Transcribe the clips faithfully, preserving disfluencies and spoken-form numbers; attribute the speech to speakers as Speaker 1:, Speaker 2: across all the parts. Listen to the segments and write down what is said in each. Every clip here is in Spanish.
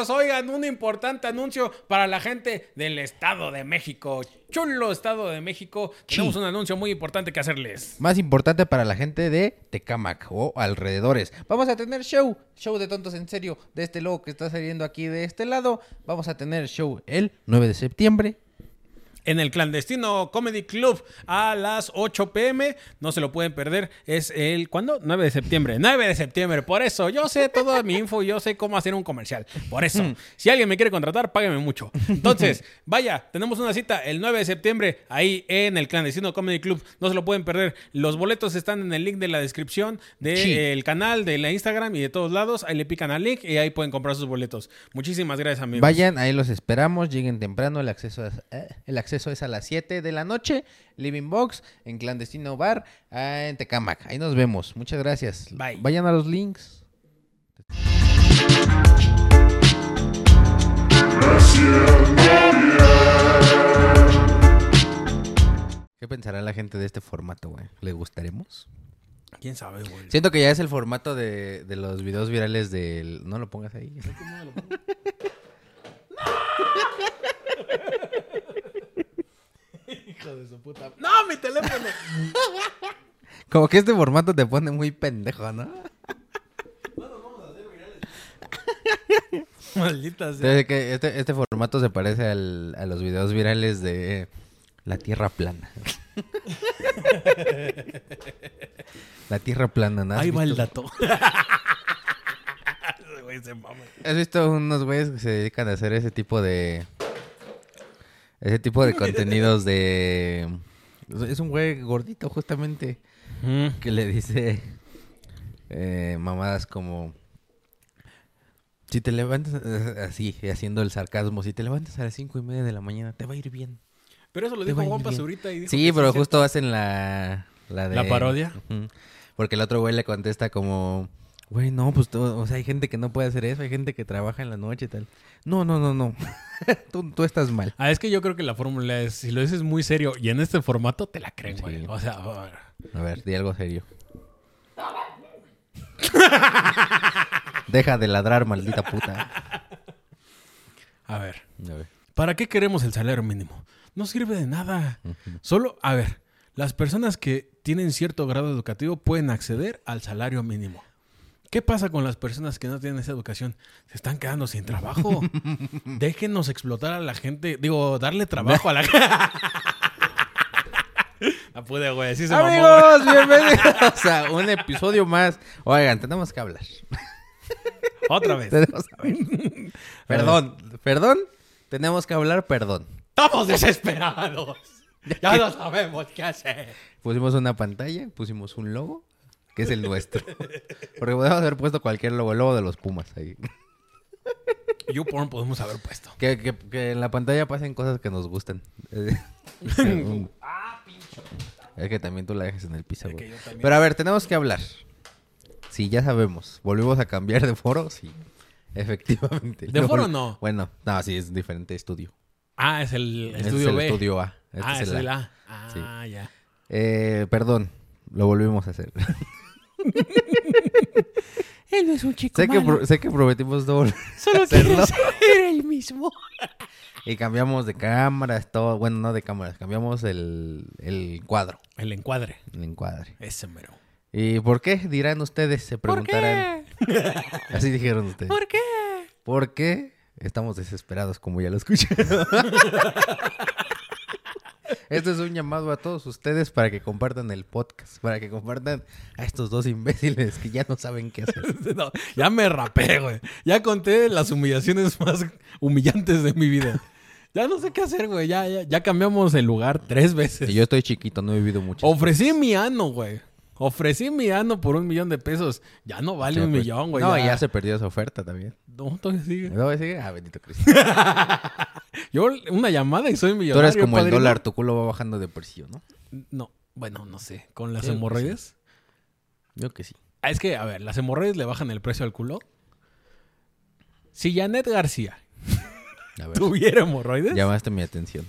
Speaker 1: amigos, oigan, un importante anuncio para la gente del Estado de México. Chulo Estado de México. Sí. Tenemos un anuncio muy importante que hacerles.
Speaker 2: Más importante para la gente de Tecámac o alrededores. Vamos a tener show. Show de Tontos en Serio. De este logo que está saliendo aquí de este lado. Vamos a tener show el nueve de septiembre.
Speaker 1: En el Clandestino Comedy Club a las ocho pm. No se lo pueden perder. Es el... ¿Cuándo? nueve de septiembre. nueve de septiembre. Por eso, yo sé toda mi info. Yo sé cómo hacer un comercial. Por eso, si alguien me quiere contratar, págueme mucho. Entonces, vaya, tenemos una cita el nueve de septiembre ahí en el Clandestino Comedy Club. No se lo pueden perder. Los boletos están en el link de la descripción del
Speaker 2: sí.
Speaker 1: eh, canal, de la Instagram y de todos lados. Ahí le pican al link y ahí pueden comprar sus boletos. Muchísimas gracias, amigos.
Speaker 2: Vayan, ahí los esperamos. Lleguen temprano. El acceso es... Eh, el acceso Eso es a las siete de la noche, Living Box, en Clandestino Bar, en Tecámac. Ahí nos vemos. Muchas gracias.
Speaker 1: Bye.
Speaker 2: Vayan a los links. ¿Qué pensará la gente de este formato, güey? ¿Le gustaremos?
Speaker 1: ¿Quién sabe, güey?
Speaker 2: Siento que ya es el formato de, de los videos virales del... No lo pongas ahí.
Speaker 1: ¿Cómo lo pongo? Hijo de su puta... ¡No, mi teléfono!
Speaker 2: Como que este formato te pone muy pendejo, ¿no?
Speaker 1: No nos vamos a hacer virales. Maldita sea.
Speaker 2: Entonces, que este, este formato se parece al, a los videos virales de la Tierra plana. La Tierra plana, ¿no?
Speaker 1: Ahí va el
Speaker 2: visto?
Speaker 1: dato. Ese güey se mama.
Speaker 2: ¿Has visto unos güeyes que se dedican a hacer ese tipo de... Ese tipo de contenidos de... Es un güey gordito, justamente,
Speaker 1: Mm.
Speaker 2: que le dice eh, mamadas como... Si te levantas, así, haciendo el sarcasmo, si te levantas a las cinco y media de la mañana, te va a ir bien.
Speaker 1: Pero eso lo
Speaker 2: Te
Speaker 1: dijo
Speaker 2: va a ir
Speaker 1: Juan
Speaker 2: bien.
Speaker 1: Pazurita y dijo
Speaker 2: Sí,
Speaker 1: que
Speaker 2: pero
Speaker 1: sí,
Speaker 2: justo hacen la... La, de,
Speaker 1: ¿La parodia?
Speaker 2: Uh-huh. Porque el otro güey le contesta como... Güey, no, pues, todo, o sea, hay gente que no puede hacer eso, hay gente que trabaja en la noche y tal. No, no, no, no. tú, tú estás mal.
Speaker 1: Ah, es que yo creo que la fórmula es, si lo dices muy serio y en este formato, te la creen,
Speaker 2: Sí.
Speaker 1: güey. O sea, a ver.
Speaker 2: A ver, di algo serio. Deja de ladrar, maldita puta.
Speaker 1: A ver.
Speaker 2: A ver.
Speaker 1: ¿Para qué queremos el salario mínimo? No sirve de nada.
Speaker 2: Uh-huh.
Speaker 1: Solo, a ver, las personas que tienen cierto grado educativo pueden acceder al salario mínimo. ¿Qué pasa con las personas que no tienen esa educación? Se están quedando sin trabajo. Déjenos explotar a la gente. Digo, darle trabajo a la gente. No pude, güey. Sí se mamó, güey.
Speaker 2: Amigos, bienvenidos a un episodio más. Oigan, tenemos que hablar.
Speaker 1: Otra vez.
Speaker 2: Tenemos que hablar. Perdón, perdón. Tenemos que hablar, perdón.
Speaker 1: Estamos desesperados. Ya no sabemos qué hacer.
Speaker 2: Pusimos una pantalla, pusimos un logo, que es el nuestro. Porque podemos haber puesto cualquier logo, el logo de los Pumas ahí.
Speaker 1: YouPorn podemos haber puesto.
Speaker 2: Que, que, que en la pantalla pasen cosas que nos gustan.
Speaker 1: Ah, pincho.
Speaker 2: Es que también tú la dejas en el piso,
Speaker 1: Es
Speaker 2: güey.
Speaker 1: que yo también.
Speaker 2: Pero a ver, tenemos que hablar. Sí, ya sabemos. Volvimos a cambiar de foro, sí. Efectivamente.
Speaker 1: ¿De
Speaker 2: No,
Speaker 1: foro
Speaker 2: vol-
Speaker 1: no?
Speaker 2: Bueno, no, sí, es diferente estudio.
Speaker 1: Ah, es el
Speaker 2: Este
Speaker 1: estudio
Speaker 2: es el
Speaker 1: B.
Speaker 2: estudio A. Este
Speaker 1: ah,
Speaker 2: es
Speaker 1: es
Speaker 2: el
Speaker 1: el
Speaker 2: A.
Speaker 1: A. Ah, ya.
Speaker 2: Eh, perdón, lo volvimos a hacer.
Speaker 1: Él no es un chico
Speaker 2: sé, que
Speaker 1: malo.
Speaker 2: pro- sé que prometimos no volver a
Speaker 1: Solo
Speaker 2: hacerlo.
Speaker 1: quiere ser el mismo.
Speaker 2: Y cambiamos de cámaras, todo. Bueno, no de cámaras, cambiamos el, el cuadro,
Speaker 1: El encuadre.
Speaker 2: el encuadre.
Speaker 1: Ese mero.
Speaker 2: ¿Y por qué? Dirán ustedes, se preguntarán. Así dijeron ustedes.
Speaker 1: ¿Por qué?
Speaker 2: ¿Por qué? Estamos desesperados, como ya lo escucharon. Esto es un llamado a todos ustedes para que compartan el podcast, para que compartan a estos dos imbéciles que ya no saben qué hacer.
Speaker 1: No, ya me rapé, güey. Ya conté las humillaciones más humillantes de mi vida. Ya no sé qué hacer, güey. Ya, ya, ya cambiamos el lugar tres veces.
Speaker 2: Y yo estoy chiquito, no he vivido mucho.
Speaker 1: Ofrecí mi ano, güey. Ofrecí mi ano por un millón de pesos. Ya no vale un millón, güey.
Speaker 2: No, ya. ya se perdió esa oferta también.
Speaker 1: No, todavía sigue.
Speaker 2: ¿No sigue? Ah, bendito Cristo.
Speaker 1: Yo una llamada y soy millonario.
Speaker 2: Tú eres como
Speaker 1: padrino.
Speaker 2: el dólar, tu culo va bajando de precio, ¿no?
Speaker 1: No, bueno, no sé. ¿Con las
Speaker 2: Creo que
Speaker 1: hemorroides?
Speaker 2: Yo que sí.
Speaker 1: Ah, es que, a ver, las hemorroides le bajan el precio al culo. Si Janet García
Speaker 2: A ver,
Speaker 1: tuviera hemorroides...
Speaker 2: llamaste mi atención.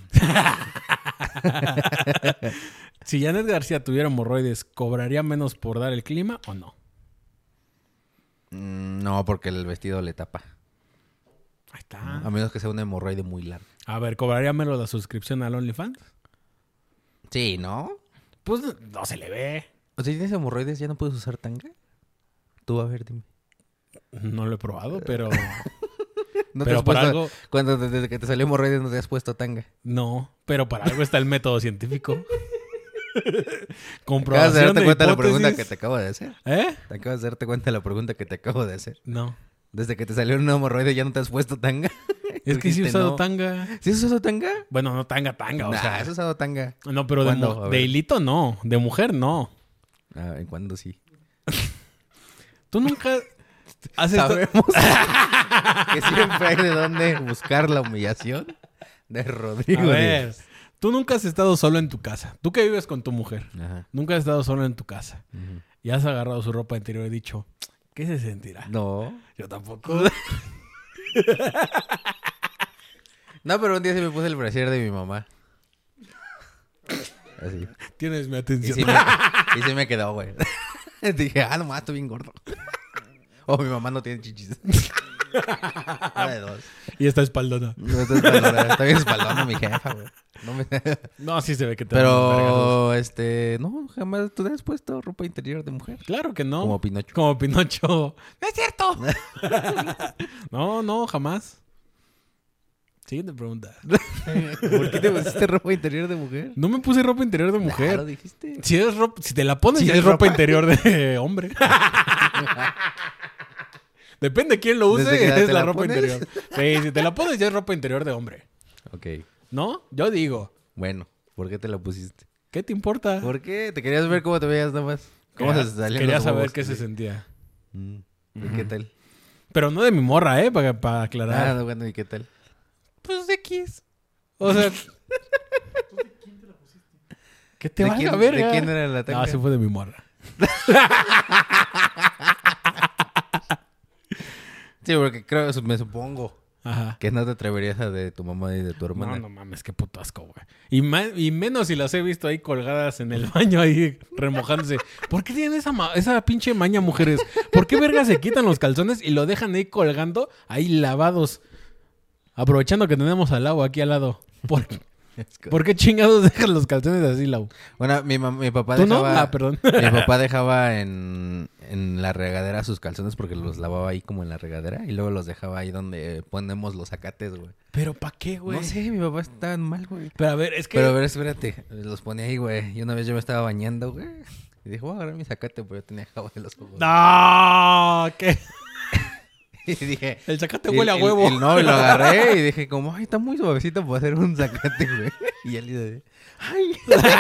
Speaker 1: Si Janet García tuviera hemorroides, ¿cobraría menos por dar el clima o no?
Speaker 2: Mm, no, porque el vestido le tapa.
Speaker 1: Ahí está.
Speaker 2: A menos que sea una hemorroide muy larga.
Speaker 1: A ver, ¿cobraría menos la suscripción al OnlyFans?
Speaker 2: Sí, ¿no?
Speaker 1: Pues no se le ve.
Speaker 2: O sea, ¿tienes hemorroides? ¿Ya no puedes usar tanga? Tú, a ver, dime.
Speaker 1: No lo he probado, pero...
Speaker 2: ¿No
Speaker 1: pero
Speaker 2: te has
Speaker 1: para
Speaker 2: puesto,
Speaker 1: algo...
Speaker 2: Cuando desde que te salió hemorroides no te has puesto tanga?
Speaker 1: No, pero para algo está el método científico.
Speaker 2: Acabas de
Speaker 1: Comprobación
Speaker 2: darte
Speaker 1: de
Speaker 2: cuenta de la
Speaker 1: hipótesis.
Speaker 2: pregunta que te acabo de hacer.
Speaker 1: ¿Eh?
Speaker 2: Te acabas de darte cuenta de la pregunta que te acabo de hacer.
Speaker 1: No.
Speaker 2: Desde que te salió una hemorroide ya no te has puesto tanga.
Speaker 1: Es que sí he
Speaker 2: Dijiste,
Speaker 1: usado
Speaker 2: no.
Speaker 1: tanga.
Speaker 2: ¿Sí has usado tanga?
Speaker 1: Bueno, no tanga, tanga, o
Speaker 2: Nah,
Speaker 1: sea...
Speaker 2: has usado tanga.
Speaker 1: No, pero de,
Speaker 2: ¿Cuándo?
Speaker 1: mu-
Speaker 2: A
Speaker 1: de
Speaker 2: ver.
Speaker 1: hilito no. De mujer no.
Speaker 2: Ah, ¿en cuándo sí?
Speaker 1: Tú nunca has estado...
Speaker 2: Sabemos que siempre hay de dónde buscar la humillación de Rodrigo.
Speaker 1: A ver, tú nunca has estado solo en tu casa. Tú que vives con tu mujer.
Speaker 2: Ajá.
Speaker 1: Nunca has estado solo en tu casa.
Speaker 2: Ujú.
Speaker 1: Y has agarrado su ropa interior y dicho, ¿qué se sentirá?
Speaker 2: No.
Speaker 1: Yo tampoco.
Speaker 2: No, pero un día sí me puse el brasier de mi mamá. Así.
Speaker 1: Tienes mi
Speaker 2: Y
Speaker 1: atención.
Speaker 2: sí me, y sí me quedó, güey. Dije, ah, nomás, estoy bien gordo. O mi mamá no tiene chichis. Una de dos.
Speaker 1: Y esta espaldona.
Speaker 2: No, está, espaldona, está bien espaldona mi jefa, güey. No me...
Speaker 1: No, sí se ve que te dan unos vergazos.
Speaker 2: Pero, este, no, jamás tú te has puesto ropa interior de mujer.
Speaker 1: Claro que no.
Speaker 2: Como Pinocho.
Speaker 1: Como Pinocho. ¡No es cierto! No, no, jamás. Siguiente pregunta.
Speaker 2: ¿Por qué te pusiste ropa interior de mujer?
Speaker 1: No me puse ropa interior de
Speaker 2: Ah,
Speaker 1: mujer.
Speaker 2: lo dijiste.
Speaker 1: Si es ropa, si te la pones,
Speaker 2: Si
Speaker 1: ya
Speaker 2: es
Speaker 1: es ropa,
Speaker 2: ropa.
Speaker 1: interior de hombre. Depende de quién lo use,
Speaker 2: ¿Desde que te
Speaker 1: es la,
Speaker 2: la
Speaker 1: ropa
Speaker 2: pones?
Speaker 1: interior. Sí, si te la pones, ya es ropa interior de hombre.
Speaker 2: Ok.
Speaker 1: ¿No? Yo digo,
Speaker 2: Bueno, ¿por qué te la pusiste?
Speaker 1: ¿qué te importa?
Speaker 2: ¿Por qué? ¿Te querías ver cómo te veías nada más? ¿Cómo
Speaker 1: Quería,
Speaker 2: se salían
Speaker 1: quería
Speaker 2: los
Speaker 1: saber
Speaker 2: huevos?
Speaker 1: qué se
Speaker 2: Sí.
Speaker 1: sentía.
Speaker 2: Mm, ¿Y qué tal?
Speaker 1: Pero no de mi morra, ¿eh? Para, para aclarar.
Speaker 2: Ah, no, bueno, ¿y qué tal?
Speaker 1: Pues de X. O sea... ¿Qué te
Speaker 2: ¿De
Speaker 1: valga
Speaker 2: quién-
Speaker 1: verga?
Speaker 2: de quién era la tanga?
Speaker 1: No, sí fue de mi morra.
Speaker 2: Sí, porque creo, me supongo
Speaker 1: Ajá.
Speaker 2: que no te atreverías a de tu mamá y de tu hermana.
Speaker 1: No, no mames, qué puto asco, güey. Y, ma- y menos si las he visto ahí colgadas en el baño, ahí remojándose. ¿Por qué tienen esa, ma- esa pinche maña, mujeres? ¿Por qué verga se quitan los calzones y lo dejan ahí colgando, ahí lavados? Aprovechando que tenemos al Lau aquí al lado. ¿Por, ¿por qué chingados dejan los calzones así, Lau?
Speaker 2: Bueno, mi, mam- mi papá
Speaker 1: ¿Tú no?
Speaker 2: dejaba...
Speaker 1: Ah, perdón.
Speaker 2: Mi papá dejaba en, en la regadera sus calzones porque los lavaba ahí como en la regadera y luego los dejaba ahí donde ponemos los zacates, güey.
Speaker 1: ¿Pero para qué, güey?
Speaker 2: No sé, mi papá estaba mal, güey.
Speaker 1: Pero a ver, es que...
Speaker 2: Pero a ver, espérate. Los ponía ahí, güey. Y una vez yo me estaba bañando, güey. Y dije, voy a agarrar mi zacate, pero yo tenía jabón en los ojos.
Speaker 1: ¡No! ¿Qué?
Speaker 2: Y dije...
Speaker 1: El zacate
Speaker 2: y
Speaker 1: huele a
Speaker 2: el-
Speaker 1: huevo.
Speaker 2: el- no, y lo agarré y dije como, ay, está muy suavecito para hacer un zacate, güey. Y él dice, ay.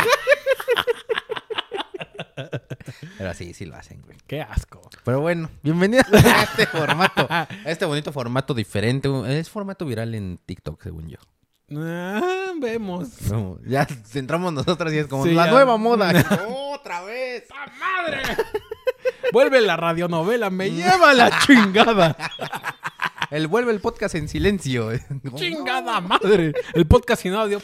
Speaker 2: Pero sí, sí lo hacen, güey.
Speaker 1: ¡Qué asco!
Speaker 2: Pero bueno, bienvenido a este formato. A este bonito formato diferente. Es formato viral en TikTok, según yo.
Speaker 1: Ah, vemos.
Speaker 2: No, ya entramos nosotros y es como
Speaker 1: Sí,
Speaker 2: la
Speaker 1: ya.
Speaker 2: nueva moda. ¡Otra vez!
Speaker 1: ¡Madre! Vuelve la radionovela, me lleva la chingada.
Speaker 2: Él vuelve el podcast en silencio.
Speaker 1: ¡Chingada madre! El podcast sin audio.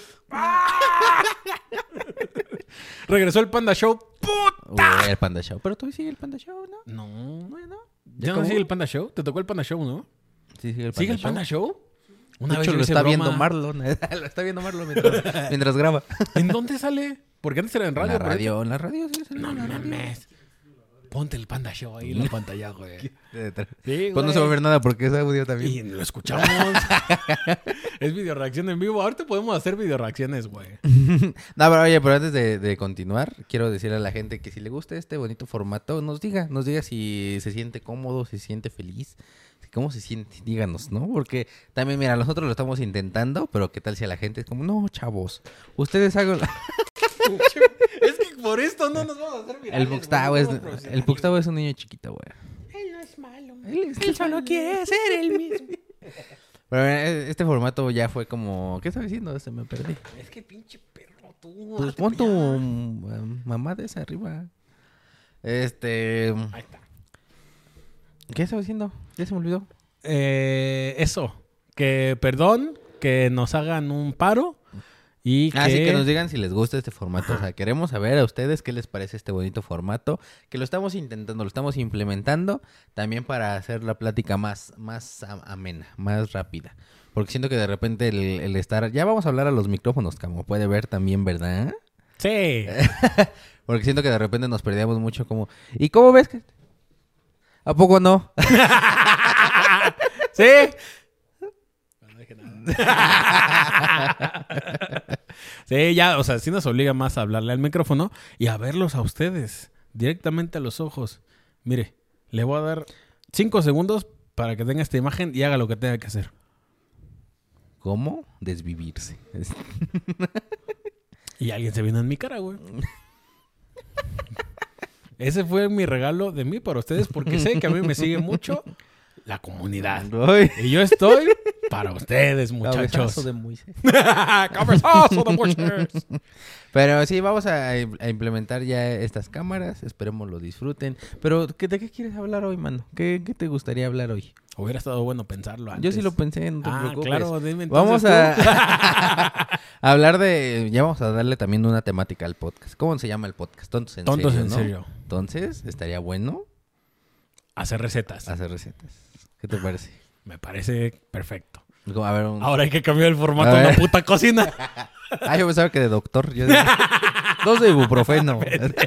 Speaker 1: Regresó el Panda Show.
Speaker 2: Uy, el Panda Show. Pero tú sigue el Panda Show, ¿no?
Speaker 1: No.
Speaker 2: Bueno.
Speaker 1: ¿Ya no
Speaker 2: acabó?
Speaker 1: sigue el Panda Show? ¿Te tocó el Panda Show, no?
Speaker 2: Sí, sigue el Panda
Speaker 1: ¿Sigue el
Speaker 2: Show.
Speaker 1: Panda Show?
Speaker 2: Una vez
Speaker 1: yo
Speaker 2: lo
Speaker 1: hice
Speaker 2: está
Speaker 1: broma.
Speaker 2: viendo Marlon. Lo está viendo Marlon mientras, mientras graba.
Speaker 1: ¿En dónde sale? Porque antes era en
Speaker 2: En
Speaker 1: radio.
Speaker 2: la
Speaker 1: pero-
Speaker 2: radio, en la radio. Sí, sí,
Speaker 1: No
Speaker 2: en la radio.
Speaker 1: mames. Ponte el Panda Show ahí en la pantalla, güey.
Speaker 2: De detrás.
Speaker 1: Sí,
Speaker 2: Pues no
Speaker 1: güey.
Speaker 2: se va a ver nada porque es audio también.
Speaker 1: Y lo escuchamos. Es video reacción en vivo. Ahorita podemos hacer video reacciones, güey.
Speaker 2: No, pero oye, pero antes de, de continuar, quiero decirle a la gente que si le gusta este bonito formato, nos diga, nos diga si se siente cómodo, si se siente feliz, cómo se siente, díganos, ¿no? Porque también, mira, nosotros lo estamos intentando, pero qué tal si a la gente es como, no, chavos, ustedes hagan...
Speaker 1: Es que por esto no nos vamos a hacer virales.
Speaker 2: El Puxtavo es,
Speaker 1: güey, no somos
Speaker 2: el
Speaker 1: profesionales.
Speaker 2: Puxtavo es un niño chiquito, güey.
Speaker 1: Él no es malo.
Speaker 2: Él,
Speaker 1: Él solo quiere ser el mismo.
Speaker 2: Pero eh, este formato ya fue como, ¿qué estaba diciendo? Se me perdí.
Speaker 1: Es que pinche perro, tú.
Speaker 2: Pues
Speaker 1: date
Speaker 2: pon tu
Speaker 1: pa' allá.
Speaker 2: mm, mamá de esa arriba. Este...
Speaker 1: Ahí está.
Speaker 2: ¿Qué estaba diciendo? Ya se me olvidó.
Speaker 1: Eh, eso. Que perdón, que nos hagan un paro Y
Speaker 2: Así
Speaker 1: que...
Speaker 2: que nos digan si les gusta este formato. O sea, queremos saber a ustedes qué les parece este bonito formato. Que lo estamos intentando, lo estamos implementando. También para hacer la plática más, más a- amena, más rápida. Porque siento que de repente el, el estar... Ya vamos a hablar a los micrófonos, como puede ver también, ¿verdad?
Speaker 1: Sí.
Speaker 2: Porque siento que de repente nos perdíamos mucho como... ¿Y cómo ves que...? ¿A poco no?
Speaker 1: ¿Sí? No dije nada. Sí, ya, o sea, sí nos obliga más a hablarle al micrófono y a verlos a ustedes directamente a los ojos. Mire, le voy a dar cinco segundos para que tenga esta imagen y haga lo que tenga que hacer.
Speaker 2: ¿Cómo? Desvivirse.
Speaker 1: Y alguien se vino en mi cara, güey. Ese fue mi regalo de mí para ustedes porque sé que a mí me sigue mucho la comunidad.
Speaker 2: Ay.
Speaker 1: Y yo estoy para ustedes, muchachos.
Speaker 2: Cabezazo de Moisés.
Speaker 1: Cabezazo de Moisés.
Speaker 2: Pero sí, vamos a, a implementar ya estas cámaras. Esperemos lo disfruten. Pero, ¿qué, ¿de qué quieres hablar hoy, mano? ¿Qué, qué te gustaría hablar hoy?
Speaker 1: Hubiera estado bueno pensarlo antes.
Speaker 2: Yo sí lo pensé, no te
Speaker 1: Ah,
Speaker 2: preocupes.
Speaker 1: claro, dime entonces
Speaker 2: Vamos
Speaker 1: tú.
Speaker 2: a hablar de... Ya vamos a darle también una temática al podcast. ¿Cómo se llama el podcast? Tontos en
Speaker 1: Tontos
Speaker 2: serio,
Speaker 1: en
Speaker 2: ¿no?
Speaker 1: serio.
Speaker 2: Entonces, estaría bueno
Speaker 1: Hacer recetas.
Speaker 2: hacer recetas. ¿Qué te parece?
Speaker 1: Me parece perfecto.
Speaker 2: Como, A ver, un...
Speaker 1: Ahora hay que cambiar el formato
Speaker 2: A
Speaker 1: de la
Speaker 2: ver.
Speaker 1: puta cocina.
Speaker 2: Ah, yo pensaba que de doctor. Yo de... Dos de ibuprofeno.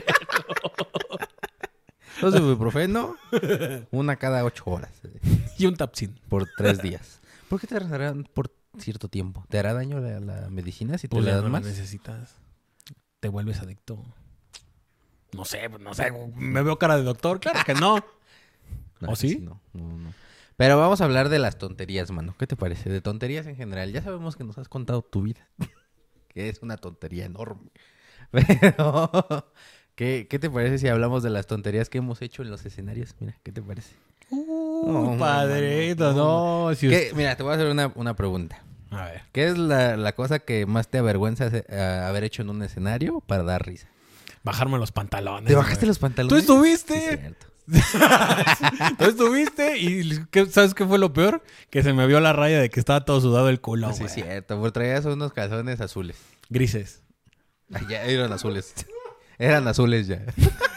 Speaker 2: Dos de ibuprofeno. Una cada ocho horas.
Speaker 1: Y un tapsin.
Speaker 2: Por tres días. ¿Por qué te harán por cierto tiempo? ¿Te hará daño la, la medicina si te
Speaker 1: Pues
Speaker 2: la
Speaker 1: ya
Speaker 2: das
Speaker 1: no la
Speaker 2: más?
Speaker 1: necesitas. Te vuelves adicto. No sé, no sé. ¿Me veo cara de doctor? Claro que no.
Speaker 2: No,
Speaker 1: ¿O sí?
Speaker 2: No, no, no. Pero vamos a hablar de las tonterías, mano. ¿Qué te parece? De tonterías en general. Ya sabemos que nos has contado tu vida. Que es una tontería enorme. Pero, ¿qué, ¿qué te parece si hablamos de las tonterías que hemos hecho en los escenarios? Mira, ¿qué te parece?
Speaker 1: Uh,
Speaker 2: No,
Speaker 1: padrito,
Speaker 2: no,
Speaker 1: no. Si
Speaker 2: ¿Qué?
Speaker 1: usted-
Speaker 2: Mira, te voy a hacer una, una pregunta.
Speaker 1: A ver.
Speaker 2: ¿Qué es la, la cosa que más te avergüenza hace- a- haber hecho en un escenario para dar risa?
Speaker 1: Bajarme los pantalones.
Speaker 2: ¿Te bajaste
Speaker 1: güey.
Speaker 2: los pantalones?
Speaker 1: ¿Tú estuviste?
Speaker 2: Sí, es cierto.
Speaker 1: Tú estuviste y ¿qué- ¿sabes qué fue lo peor? Que se me vio la raya de que estaba todo sudado el culo,
Speaker 2: sí,
Speaker 1: güey.
Speaker 2: es cierto. Porque traías unos calzones azules.
Speaker 1: Grises.
Speaker 2: Ay, ya eran azules. Eran azules ya.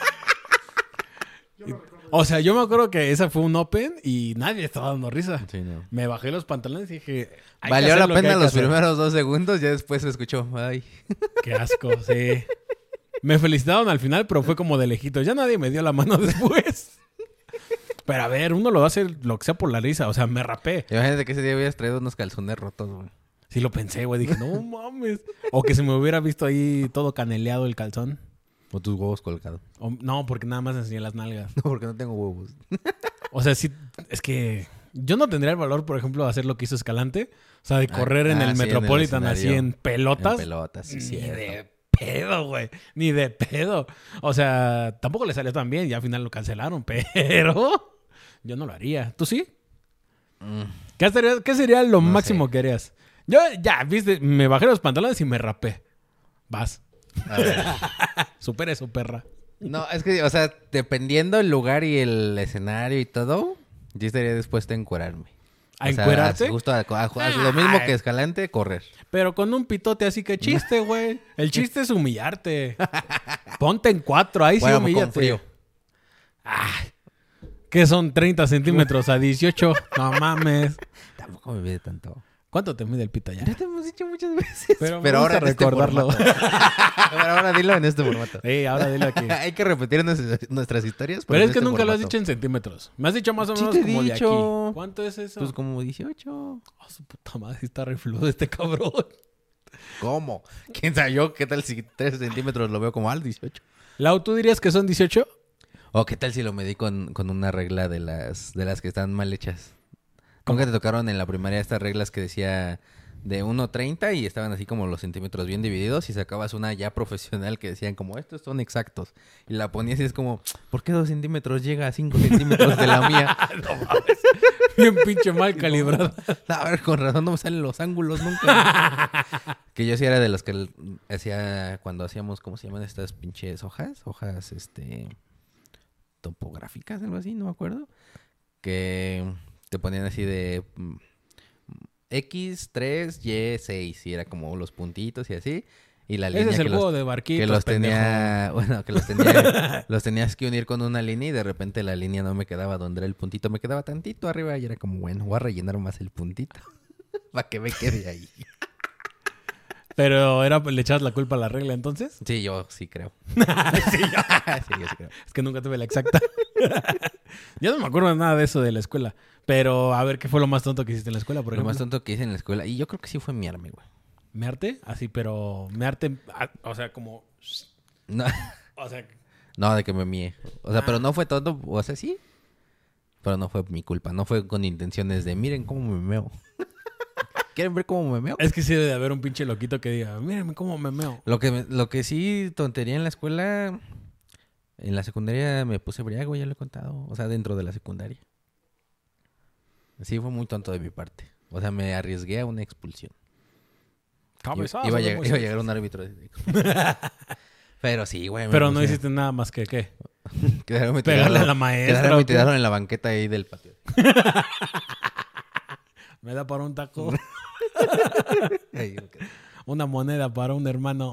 Speaker 1: O sea, yo me acuerdo que esa fue un open y nadie estaba dando risa.
Speaker 2: Sí, no.
Speaker 1: Me bajé los pantalones y dije... hay que
Speaker 2: Valió
Speaker 1: hacer
Speaker 2: la
Speaker 1: lo que hay
Speaker 2: pena
Speaker 1: que
Speaker 2: los
Speaker 1: hacer.
Speaker 2: primeros dos segundos, ya después se escuchó. Ay.
Speaker 1: Qué asco, sí. Me felicitaron al final, pero fue como de lejito. Ya nadie me dio la mano después. Pero a ver, uno lo hace lo que sea por la risa. O sea, me rapé.
Speaker 2: Imagínate que ese día hubieras traído unos calzones rotos, güey.
Speaker 1: Sí lo pensé, güey. Dije, no mames. O que se me hubiera visto ahí todo caneleado el calzón.
Speaker 2: O tus huevos colgados.
Speaker 1: O- no, porque nada más enseñé las nalgas.
Speaker 2: No, porque no tengo huevos.
Speaker 1: O sea, sí, es que yo no tendría el valor, por ejemplo, de hacer lo que hizo Escalante. O sea, de correr en
Speaker 2: ah,
Speaker 1: el
Speaker 2: sí, en el
Speaker 1: Metropolitan así
Speaker 2: escenario.
Speaker 1: en pelotas.
Speaker 2: En pelotas, sí,
Speaker 1: Ni
Speaker 2: cierto.
Speaker 1: de pedo, güey. Ni de pedo. O sea, tampoco le salió tan bien. Y al final lo cancelaron, pero yo no lo haría. ¿Tú sí?
Speaker 2: Mm.
Speaker 1: ¿Qué sería, qué sería lo
Speaker 2: No
Speaker 1: máximo
Speaker 2: sé.
Speaker 1: que harías? Yo, ya, viste, me bajé los pantalones y me rapé. Vas.
Speaker 2: A ver.
Speaker 1: Supera eso, perra.
Speaker 2: No, es que, o sea, dependiendo el lugar y el escenario y todo, yo estaría dispuesto a encuerarme.
Speaker 1: ¿A
Speaker 2: O sea,
Speaker 1: encuerarte?
Speaker 2: justo a, a- a- lo mismo que Escalante, correr.
Speaker 1: Pero con un pitote así que chiste, güey. El chiste es humillarte. Ponte en cuatro, ahí sí
Speaker 2: Bueno,
Speaker 1: humíllate.
Speaker 2: con frío.
Speaker 1: Ay, ¿qué son treinta centímetros a dieciocho? No mames.
Speaker 2: Tampoco me mide tanto.
Speaker 1: ¿Cuánto te mide el pito ya?
Speaker 2: Ya te hemos dicho muchas veces.
Speaker 1: Pero
Speaker 2: Pero,
Speaker 1: me gusta
Speaker 2: ahora en este
Speaker 1: recordarlo.
Speaker 2: formato. Pero ahora dilo en este formato.
Speaker 1: Sí, ahora dile aquí.
Speaker 2: Hay que repetir nuestras, nuestras historias.
Speaker 1: Pero
Speaker 2: en
Speaker 1: es que
Speaker 2: este
Speaker 1: nunca lo has
Speaker 2: formato.
Speaker 1: dicho en centímetros. Me has dicho más o
Speaker 2: Sí
Speaker 1: menos
Speaker 2: te he
Speaker 1: como de
Speaker 2: dicho.
Speaker 1: aquí. ¿Cuánto es eso?
Speaker 2: Pues como dieciocho.
Speaker 1: Oh, su puta madre, sí está refludo este cabrón.
Speaker 2: ¿Cómo? ¿Quién sabe yo? ¿Qué tal si tres centímetros lo veo como al dieciocho?
Speaker 1: Lau, ¿tú dirías que son dieciocho?
Speaker 2: ¿O qué tal si lo medí con, con una regla de las, de las que están mal hechas? ¿Cómo que te tocaron en la primaria estas reglas que decía de uno treinta y estaban así como los centímetros bien divididos y sacabas una ya profesional que decían como estos son exactos? Y la ponías y es como, ¿por qué dos centímetros llega a cinco centímetros de la mía?
Speaker 1: No mames. Bien pinche mal calibrado.
Speaker 2: A ver, con razón no me salen los ángulos nunca. Que yo sí era de los que l- hacía cuando hacíamos, ¿cómo se llaman estas pinches hojas? Hojas, este, topográficas, algo así, no me acuerdo. Que te ponían así de mm, X, tres, Y, seis. Y era como los puntitos y así. Y la
Speaker 1: Ese
Speaker 2: línea
Speaker 1: es el
Speaker 2: que
Speaker 1: juego
Speaker 2: los,
Speaker 1: de barquitos,
Speaker 2: que los
Speaker 1: pendejo.
Speaker 2: tenía... Bueno, que los tenía... los tenías que unir con una línea y de repente la línea no me quedaba donde era el puntito. Me quedaba tantito arriba y era como, bueno, voy a rellenar más el puntito. Para que me quede ahí.
Speaker 1: Pero era, ¿le echabas la culpa a la regla entonces?
Speaker 2: Sí, yo sí creo.
Speaker 1: sí, yo.
Speaker 2: sí, yo sí creo.
Speaker 1: Es que nunca tuve la exacta. Yo no me acuerdo de nada de eso de la escuela. Pero a ver, ¿qué fue lo más tonto que hiciste en la escuela, por
Speaker 2: Lo
Speaker 1: ejemplo?
Speaker 2: más tonto que hice en la escuela. Y yo creo que sí fue miarme, güey.
Speaker 1: ¿Mearte? Así, pero... ¿Mearte? ah, O sea, como...
Speaker 2: No,
Speaker 1: O sea...
Speaker 2: no, de que me mié. O sea,
Speaker 1: Ah.
Speaker 2: pero no fue tonto. O sea, sí. Pero no fue mi culpa. No fue con intenciones de, miren cómo me meo. ¿Quieren ver cómo me meo?
Speaker 1: Es que sí debe de haber un pinche loquito que diga, mírenme cómo me meo.
Speaker 2: Lo que, me- lo que sí tontería en la escuela... En la secundaria me puse briago, ya lo he contado. O sea, dentro de la secundaria. Sí, fue muy tonto de mi parte. O sea, me arriesgué a una expulsión.
Speaker 1: Cabezazo
Speaker 2: Iba a,
Speaker 1: de
Speaker 2: llegar,
Speaker 1: Moisés.
Speaker 2: iba a llegar un árbitro. de- Pero sí, güey. me
Speaker 1: Pero no
Speaker 2: puse-
Speaker 1: hiciste nada más que, ¿qué?
Speaker 2: Quedarme
Speaker 1: Pegarle
Speaker 2: tirado-
Speaker 1: a la maestra.
Speaker 2: Quedarme
Speaker 1: ¿o qué?
Speaker 2: tirado en la banqueta ahí del patio.
Speaker 1: Me da para un taco.
Speaker 2: Ahí, ok.
Speaker 1: Una moneda para un hermano.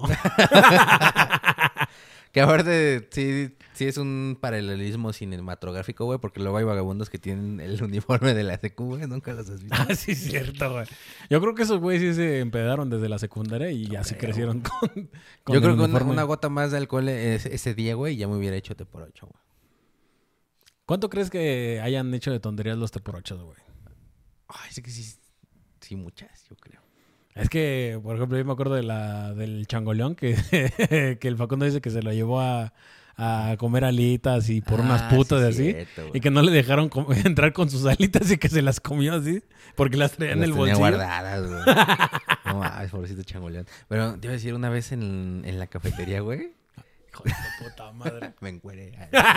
Speaker 2: Que aparte, sí, sí es un paralelismo cinematográfico, güey, porque luego hay vagabundos que tienen el uniforme de la secu, güey, nunca los has visto.
Speaker 1: Ah, sí, es cierto, güey. Yo creo que esos güeyes sí se empedaron desde la secundaria y así
Speaker 2: creo.
Speaker 1: crecieron con, con
Speaker 2: Yo
Speaker 1: el
Speaker 2: creo que una,
Speaker 1: uniforme.
Speaker 2: una gota más de alcohol ese, ese día, güey, ya me hubiera hecho te por ocho, güey.
Speaker 1: ¿Cuánto crees que hayan hecho de tonterías los te por ocho, güey?
Speaker 2: Ay, sí que sí, sí muchas, yo creo.
Speaker 1: Es que, por ejemplo, yo me acuerdo de la del changoleón que, que el Facundo dice que se lo llevó a, a comer alitas y por unas
Speaker 2: Ah,
Speaker 1: putas
Speaker 2: sí,
Speaker 1: y así.
Speaker 2: cierto, güey.
Speaker 1: Y que no le dejaron com- entrar con sus alitas y que se las comió así. Porque las traía en
Speaker 2: Las
Speaker 1: el
Speaker 2: tenía
Speaker 1: bolsillo.
Speaker 2: guardadas, güey. No, ay, pobrecito changoleón. Pero te iba a decir una vez en, en la cafetería, güey.
Speaker 1: Hijo de tu puta madre.
Speaker 2: Me encueré.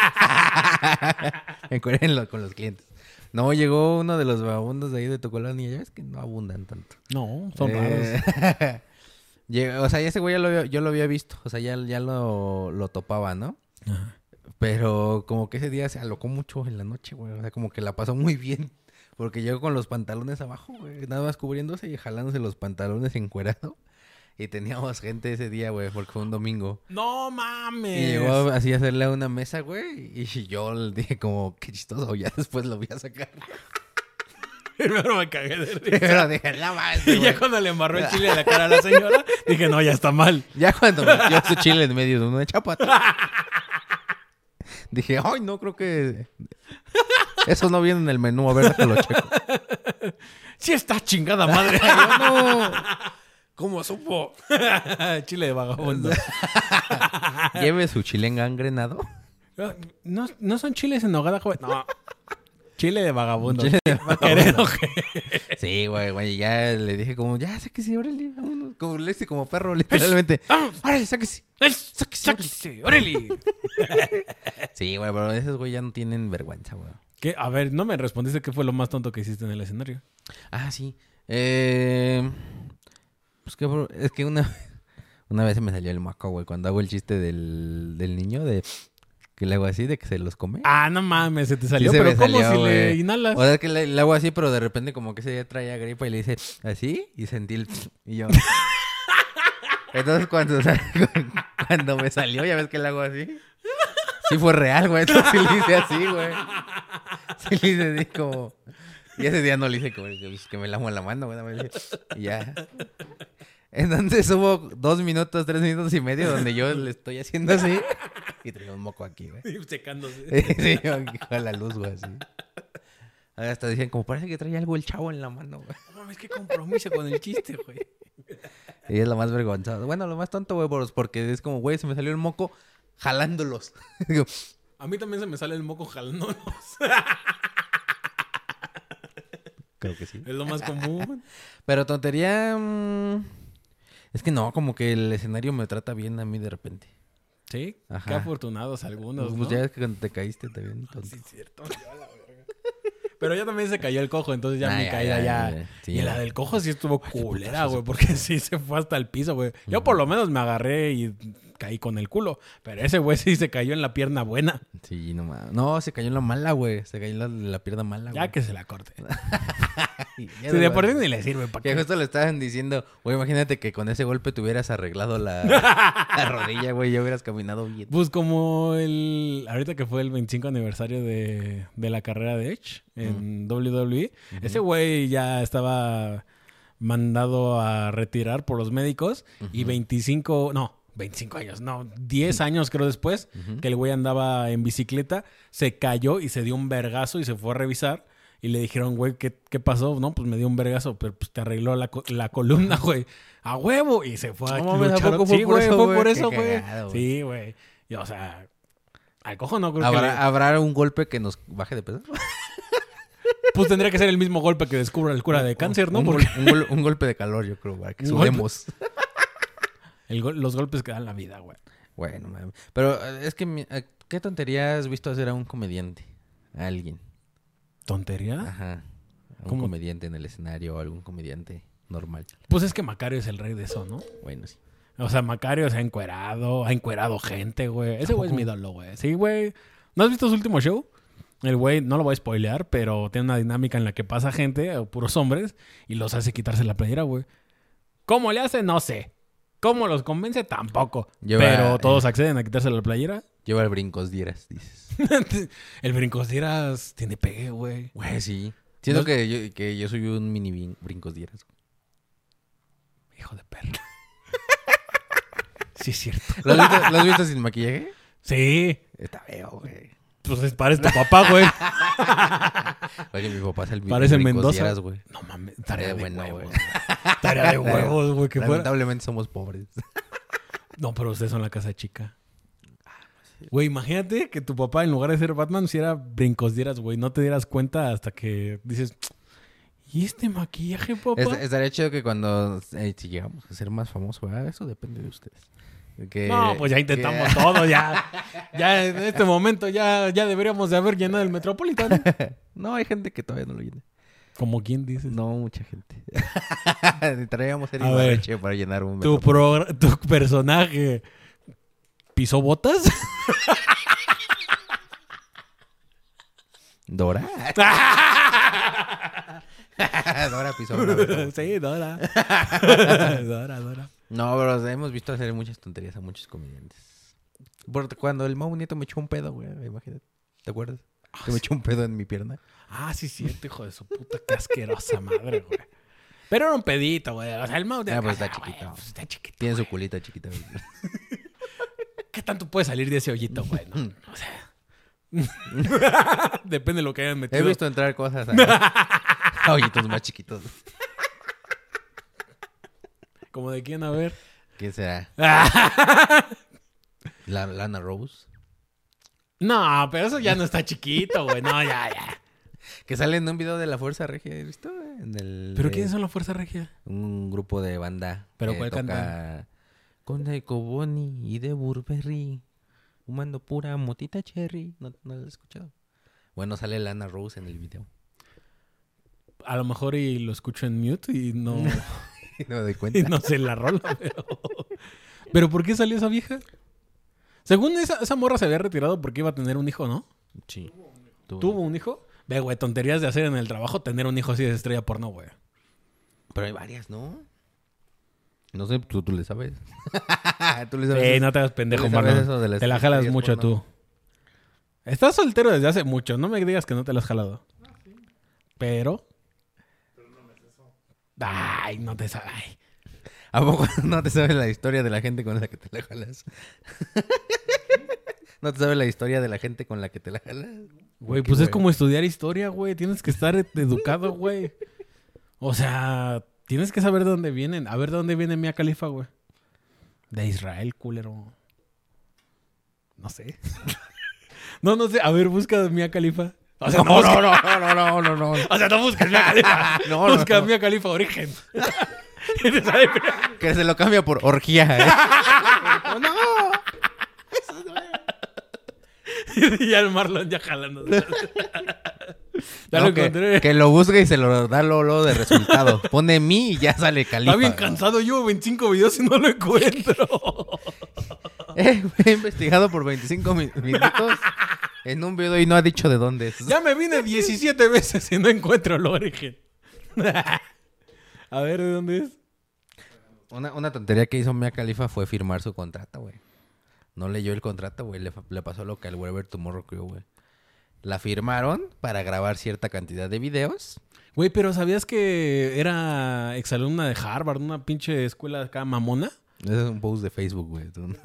Speaker 2: Me encueré en lo- con los clientes. No, llegó uno de los vagabundos de ahí de tu colonia. Ya ves que no abundan tanto.
Speaker 1: No, son
Speaker 2: Eh,
Speaker 1: raros.
Speaker 2: llegó- o sea, ese güey ya lo había- yo lo había visto. O sea, ya, ya lo, lo topaba, ¿no?
Speaker 1: Ajá.
Speaker 2: Pero como que ese día se alocó mucho en la noche, güey. O sea, como que la pasó muy bien. Porque llegó con los pantalones abajo, güey. Nada más cubriéndose y jalándose los pantalones encuerado. Y teníamos gente ese día, güey, porque fue un domingo.
Speaker 1: No mames.
Speaker 2: Y llegó así a hacerle a una mesa, güey. Y yo le dije como, qué chistoso. Ya después lo voy a sacar.
Speaker 1: Primero me cagué de risa.
Speaker 2: Pero dije, la madre,
Speaker 1: Y ya
Speaker 2: güey.
Speaker 1: cuando le embarró el chile a la cara a la señora, dije, no, ya está mal.
Speaker 2: Ya cuando metió su chile en medio de una chapata. Dije, ay, no, creo que... Eso no viene en el menú. A ver, déjalo checo.
Speaker 1: Sí está chingada madre.
Speaker 2: Yo no... ¿Cómo supo?
Speaker 1: Chile de vagabundo.
Speaker 2: Lleve su chile engangrenado.
Speaker 1: No, no son chiles en nogada, joven. No. Chile de vagabundo.
Speaker 2: Chile de
Speaker 1: Va a querer, ojete.
Speaker 2: Sí, güey, güey. Ya le dije como, ya, sáquese, órale, vámonos. Como le hice como perro, literalmente.
Speaker 1: ¡Vamos!
Speaker 2: Órale, sáquese.
Speaker 1: ¡Sáquese! ¡Sáquese! ¡Órale!
Speaker 2: Sí, güey, pero esos güey ya no tienen vergüenza, güey.
Speaker 1: ¿Qué? A ver, no me respondiste qué fue lo más tonto que hiciste en el escenario.
Speaker 2: Ah, sí. Eh... Pues que, bro, es que una, una vez se me salió el moco, güey, cuando hago el chiste del, del niño, de que le hago así, de que se los come.
Speaker 1: Ah, no mames, se te salió.
Speaker 2: Sí se
Speaker 1: pero
Speaker 2: me
Speaker 1: ¿cómo
Speaker 2: salió,
Speaker 1: si le
Speaker 2: güey.
Speaker 1: inhalas?
Speaker 2: O sea, que le, le hago así, pero de repente como que ese día traía gripa y le hice así y sentí el... Y yo... Entonces cuando, cuando me salió, ya ves que le hago así. Sí fue real, güey. Entonces sí le hice así, güey. Sí le hice así como... Y ese día no le hice como que me lamo la mano, güey. Y ya. Entonces hubo dos minutos, tres minutos y medio donde yo le estoy haciendo así. Y traigo un moco aquí, güey.
Speaker 1: Secándose.
Speaker 2: Sí, yo aquí con la luz, güey, así. Hasta decían, como parece que trae algo el chavo en la mano, güey.
Speaker 1: No mames, qué compromiso con el chiste, güey.
Speaker 2: Y es lo más vergonzoso. Bueno, lo más tonto, güey, por- porque es como, güey, se me salió el moco jalándolos. Digo,
Speaker 1: A mí también se me sale el moco jalándonos.
Speaker 2: creo que sí.
Speaker 1: Es lo más común.
Speaker 2: Pero tontería... mm, es que no, como que el escenario me trata bien a mí de repente.
Speaker 1: Sí,
Speaker 2: Ajá.
Speaker 1: qué afortunados algunos,
Speaker 2: Pues
Speaker 1: ¿no?
Speaker 2: ya es que cuando te caíste también, tonto.
Speaker 1: Sí, es cierto. Yo a la verga. Pero ya también se cayó el cojo, entonces ya
Speaker 2: Ah,
Speaker 1: mi
Speaker 2: ya,
Speaker 1: caída
Speaker 2: ya,
Speaker 1: ya...
Speaker 2: ya, sí,
Speaker 1: y
Speaker 2: ya.
Speaker 1: la del cojo sí estuvo
Speaker 2: qué
Speaker 1: culera,
Speaker 2: putazo,
Speaker 1: güey, porque sí se fue hasta el piso, güey. Yo por lo menos me agarré y caí con el culo, pero ese güey sí se cayó en la pierna buena.
Speaker 2: Sí, no mames. No, se cayó en la mala, güey. Se cayó en la, la pierna mala, güey.
Speaker 1: Ya que se la corte. Si de por sí ni le sirve para
Speaker 2: que
Speaker 1: qué.
Speaker 2: justo le estaban diciendo, güey, imagínate que con ese golpe te hubieras arreglado la, la rodilla, güey, ya hubieras caminado bien.
Speaker 1: Pues como el... Ahorita que fue el veinticinco aniversario de, de la carrera de Edge en uh-huh. doble u doble u E, uh-huh. ese güey ya estaba mandado a retirar por los médicos uh-huh. y veinticinco... No, veinticinco años, no, diez años creo después uh-huh. que el güey andaba en bicicleta, se cayó y se dio un vergazo y se fue a revisar. Y le dijeron, güey, ¿qué, ¿qué pasó? No, pues me dio un vergazo, pero pues te arregló la, la columna, güey. ¡A huevo! Y se fue a
Speaker 2: no,
Speaker 1: luchar.
Speaker 2: Fue
Speaker 1: sí, güey, fue por eso,
Speaker 2: güey.
Speaker 1: Cagado, sí, güey. Y, o sea, al cojo no creo
Speaker 2: ¿Habrá,
Speaker 1: que... Le...
Speaker 2: ¿Habrá un golpe que nos baje de peso?
Speaker 1: Pues tendría que ser el mismo golpe que descubra el cura de cáncer, ¿no?
Speaker 2: Un,
Speaker 1: Porque...
Speaker 2: un, gol, un golpe de calor, yo creo, para que sudemos.
Speaker 1: el go los golpes que dan la vida, güey.
Speaker 2: Bueno, man. Pero es que, ¿qué tontería has visto hacer a un comediante? A alguien.
Speaker 1: ¿Tontería?
Speaker 2: Ajá. Un comediante en el escenario o algún comediante normal.
Speaker 1: Pues es que Macario es el rey de eso, ¿no?
Speaker 2: Bueno, sí.
Speaker 1: O sea, Macario se ha encuerado, ha encuerado gente, güey. Ese güey es mi ídolo, güey. Sí, güey. ¿No has visto su último show? El güey, no lo voy a spoilear, pero tiene una dinámica en la que pasa gente, puros hombres, y los hace quitarse la playera, güey. ¿Cómo le hace? No sé. ¿Cómo los convence? Tampoco. Lleva, pero todos eh, acceden a quitarse la playera.
Speaker 2: Lleva el brincos dieras, dices.
Speaker 1: El brincos dieras tiene pegue, güey.
Speaker 2: Güey, sí. Siento ¿No? que, yo, que yo soy un mini brincos dieras.
Speaker 1: Hijo de perra. Sí, es cierto.
Speaker 2: ¿Lo has visto, ¿lo has visto sin maquillaje?
Speaker 1: Sí.
Speaker 2: Está feo, güey.
Speaker 1: Pues parece tu papá, güey.
Speaker 2: Oye, mi papá es el
Speaker 1: Parece Mendoza.
Speaker 2: Güey.
Speaker 1: No mames, tarea de bueno, güey. Tarea de huevos, güey.
Speaker 2: Lamentablemente fuera. Somos pobres.
Speaker 1: No, pero ustedes son la casa chica. Güey, imagínate que tu papá, en lugar de ser Batman, si era brincos dieras, güey. No te dieras cuenta hasta que dices... ¿Y este maquillaje, papá?
Speaker 2: Es, estaría chido que cuando... Eh, si llegamos a ser más famosos, ¿verdad? Eso depende de ustedes. Que,
Speaker 1: no, pues ya intentamos que... todo, ya. Ya en este momento ya, ya deberíamos de haber llenado el Metropolitan.
Speaker 2: No, hay gente que todavía no lo llena.
Speaker 1: ¿Como quién dices?
Speaker 2: No, mucha gente. Traíamos el Ibarreche para llenar un
Speaker 1: tu, pro, tu personaje pisó botas.
Speaker 2: ¿Dora? Dora pisó una vez.
Speaker 1: Sí, Dora. Dora, Dora.
Speaker 2: No, pero hemos visto hacer muchas tonterías a muchos comediantes. Porque cuando el Mau Nieto me echó un pedo, güey, imagínate. ¿Te acuerdas?
Speaker 1: Ah,
Speaker 2: que me echó un pedo en mi pierna.
Speaker 1: Ah, sí, cierto, hijo de su puta, qué asquerosa madre, güey. Pero era un pedito, güey. O sea, el Mau...
Speaker 2: Ah, pues está chiquito.
Speaker 1: Güey, pues está chiquito.
Speaker 2: Tiene
Speaker 1: güey.
Speaker 2: Su culita chiquita, güey.
Speaker 1: ¿Qué tanto puede salir de ese hoyito, güey? ¿No? O sea... Depende de lo que hayan metido.
Speaker 2: He visto entrar cosas a, a hoyitos más chiquitos.
Speaker 1: ¿Como de quién? A ver.
Speaker 2: ¿Quién será? La, Lana Rose.
Speaker 1: No, pero eso ya no está chiquito, güey. No, ya, ya.
Speaker 2: Que sale en un video de la Fuerza Regia, ¿has visto? En el,
Speaker 1: ¿Pero quiénes son la Fuerza Regia?
Speaker 2: Un grupo de banda.
Speaker 1: ¿Pero
Speaker 2: que
Speaker 1: cuál
Speaker 2: toca
Speaker 1: canta?
Speaker 2: Con de Coboni y de Burberry. Fumando pura motita cherry. ¿No, no lo he escuchado? Bueno, sale Lana Rose en el video.
Speaker 1: A lo mejor y lo escucho en mute y no...
Speaker 2: no me doy cuenta.
Speaker 1: Y no sé la rola, pero... ¿Pero por qué salió esa vieja? Según esa, esa morra se había retirado porque iba a tener un hijo, ¿no?
Speaker 2: Sí.
Speaker 1: ¿Tuvo, ¿Tuvo un hijo? Ve, güey, tonterías de hacer en el trabajo tener un hijo así de estrella porno, güey.
Speaker 2: Pero hay varias, ¿no? No sé, tú, tú le sabes.
Speaker 1: tú le sabes. Eh, no te hagas pendejo, Marlon. Te la jalas mucho porno. Tú. Estás soltero desde hace mucho. No me digas que no te la has jalado. Ah, sí. Pero... Pero no me eso. Ay, no te sabes.
Speaker 2: ¿A poco no te sabes la historia de la gente con la que te la jalas? ¿No te sabes la historia de la gente con la que te la jalas?
Speaker 1: Güey, pues güey? Es como estudiar historia, güey. Tienes que estar educado, güey. O sea, tienes que saber de dónde vienen. A ver de dónde viene Mia Khalifa, güey. De Israel, culero. No sé. no, no sé. A ver, busca Mia Khalifa. O sea, no,
Speaker 2: no, no, no, no, no, no, no.
Speaker 1: O sea, no busques Mia Khalifa. no, Busca no, no. Mia Khalifa origen.
Speaker 2: Que se lo cambia por orgía, ¿eh?
Speaker 1: ¡No! Eso no es. Y al Marlon ya jalando. Ya
Speaker 2: no,
Speaker 1: lo encontré.
Speaker 2: Que, que lo busque y se lo da luego, luego de resultado. Pone mí y ya sale Khalifa.
Speaker 1: Está bien cansado. Llevo veinticinco videos y no lo encuentro.
Speaker 2: Eh, he investigado por veinticinco minutos en un video y no ha dicho de dónde es.
Speaker 1: Ya me vine diecisiete veces y no encuentro el origen. A ver, ¿de dónde es?
Speaker 2: Una, una tontería que hizo Mia Khalifa fue firmar su contrato, güey. No leyó el contrato, güey. Le, le pasó lo que al Wherever Tomorrow Crew, güey. La firmaron para grabar cierta cantidad de videos.
Speaker 1: Güey, pero ¿sabías que era exalumna de Harvard, una pinche escuela acá mamona?
Speaker 2: Ese es un post de Facebook, güey.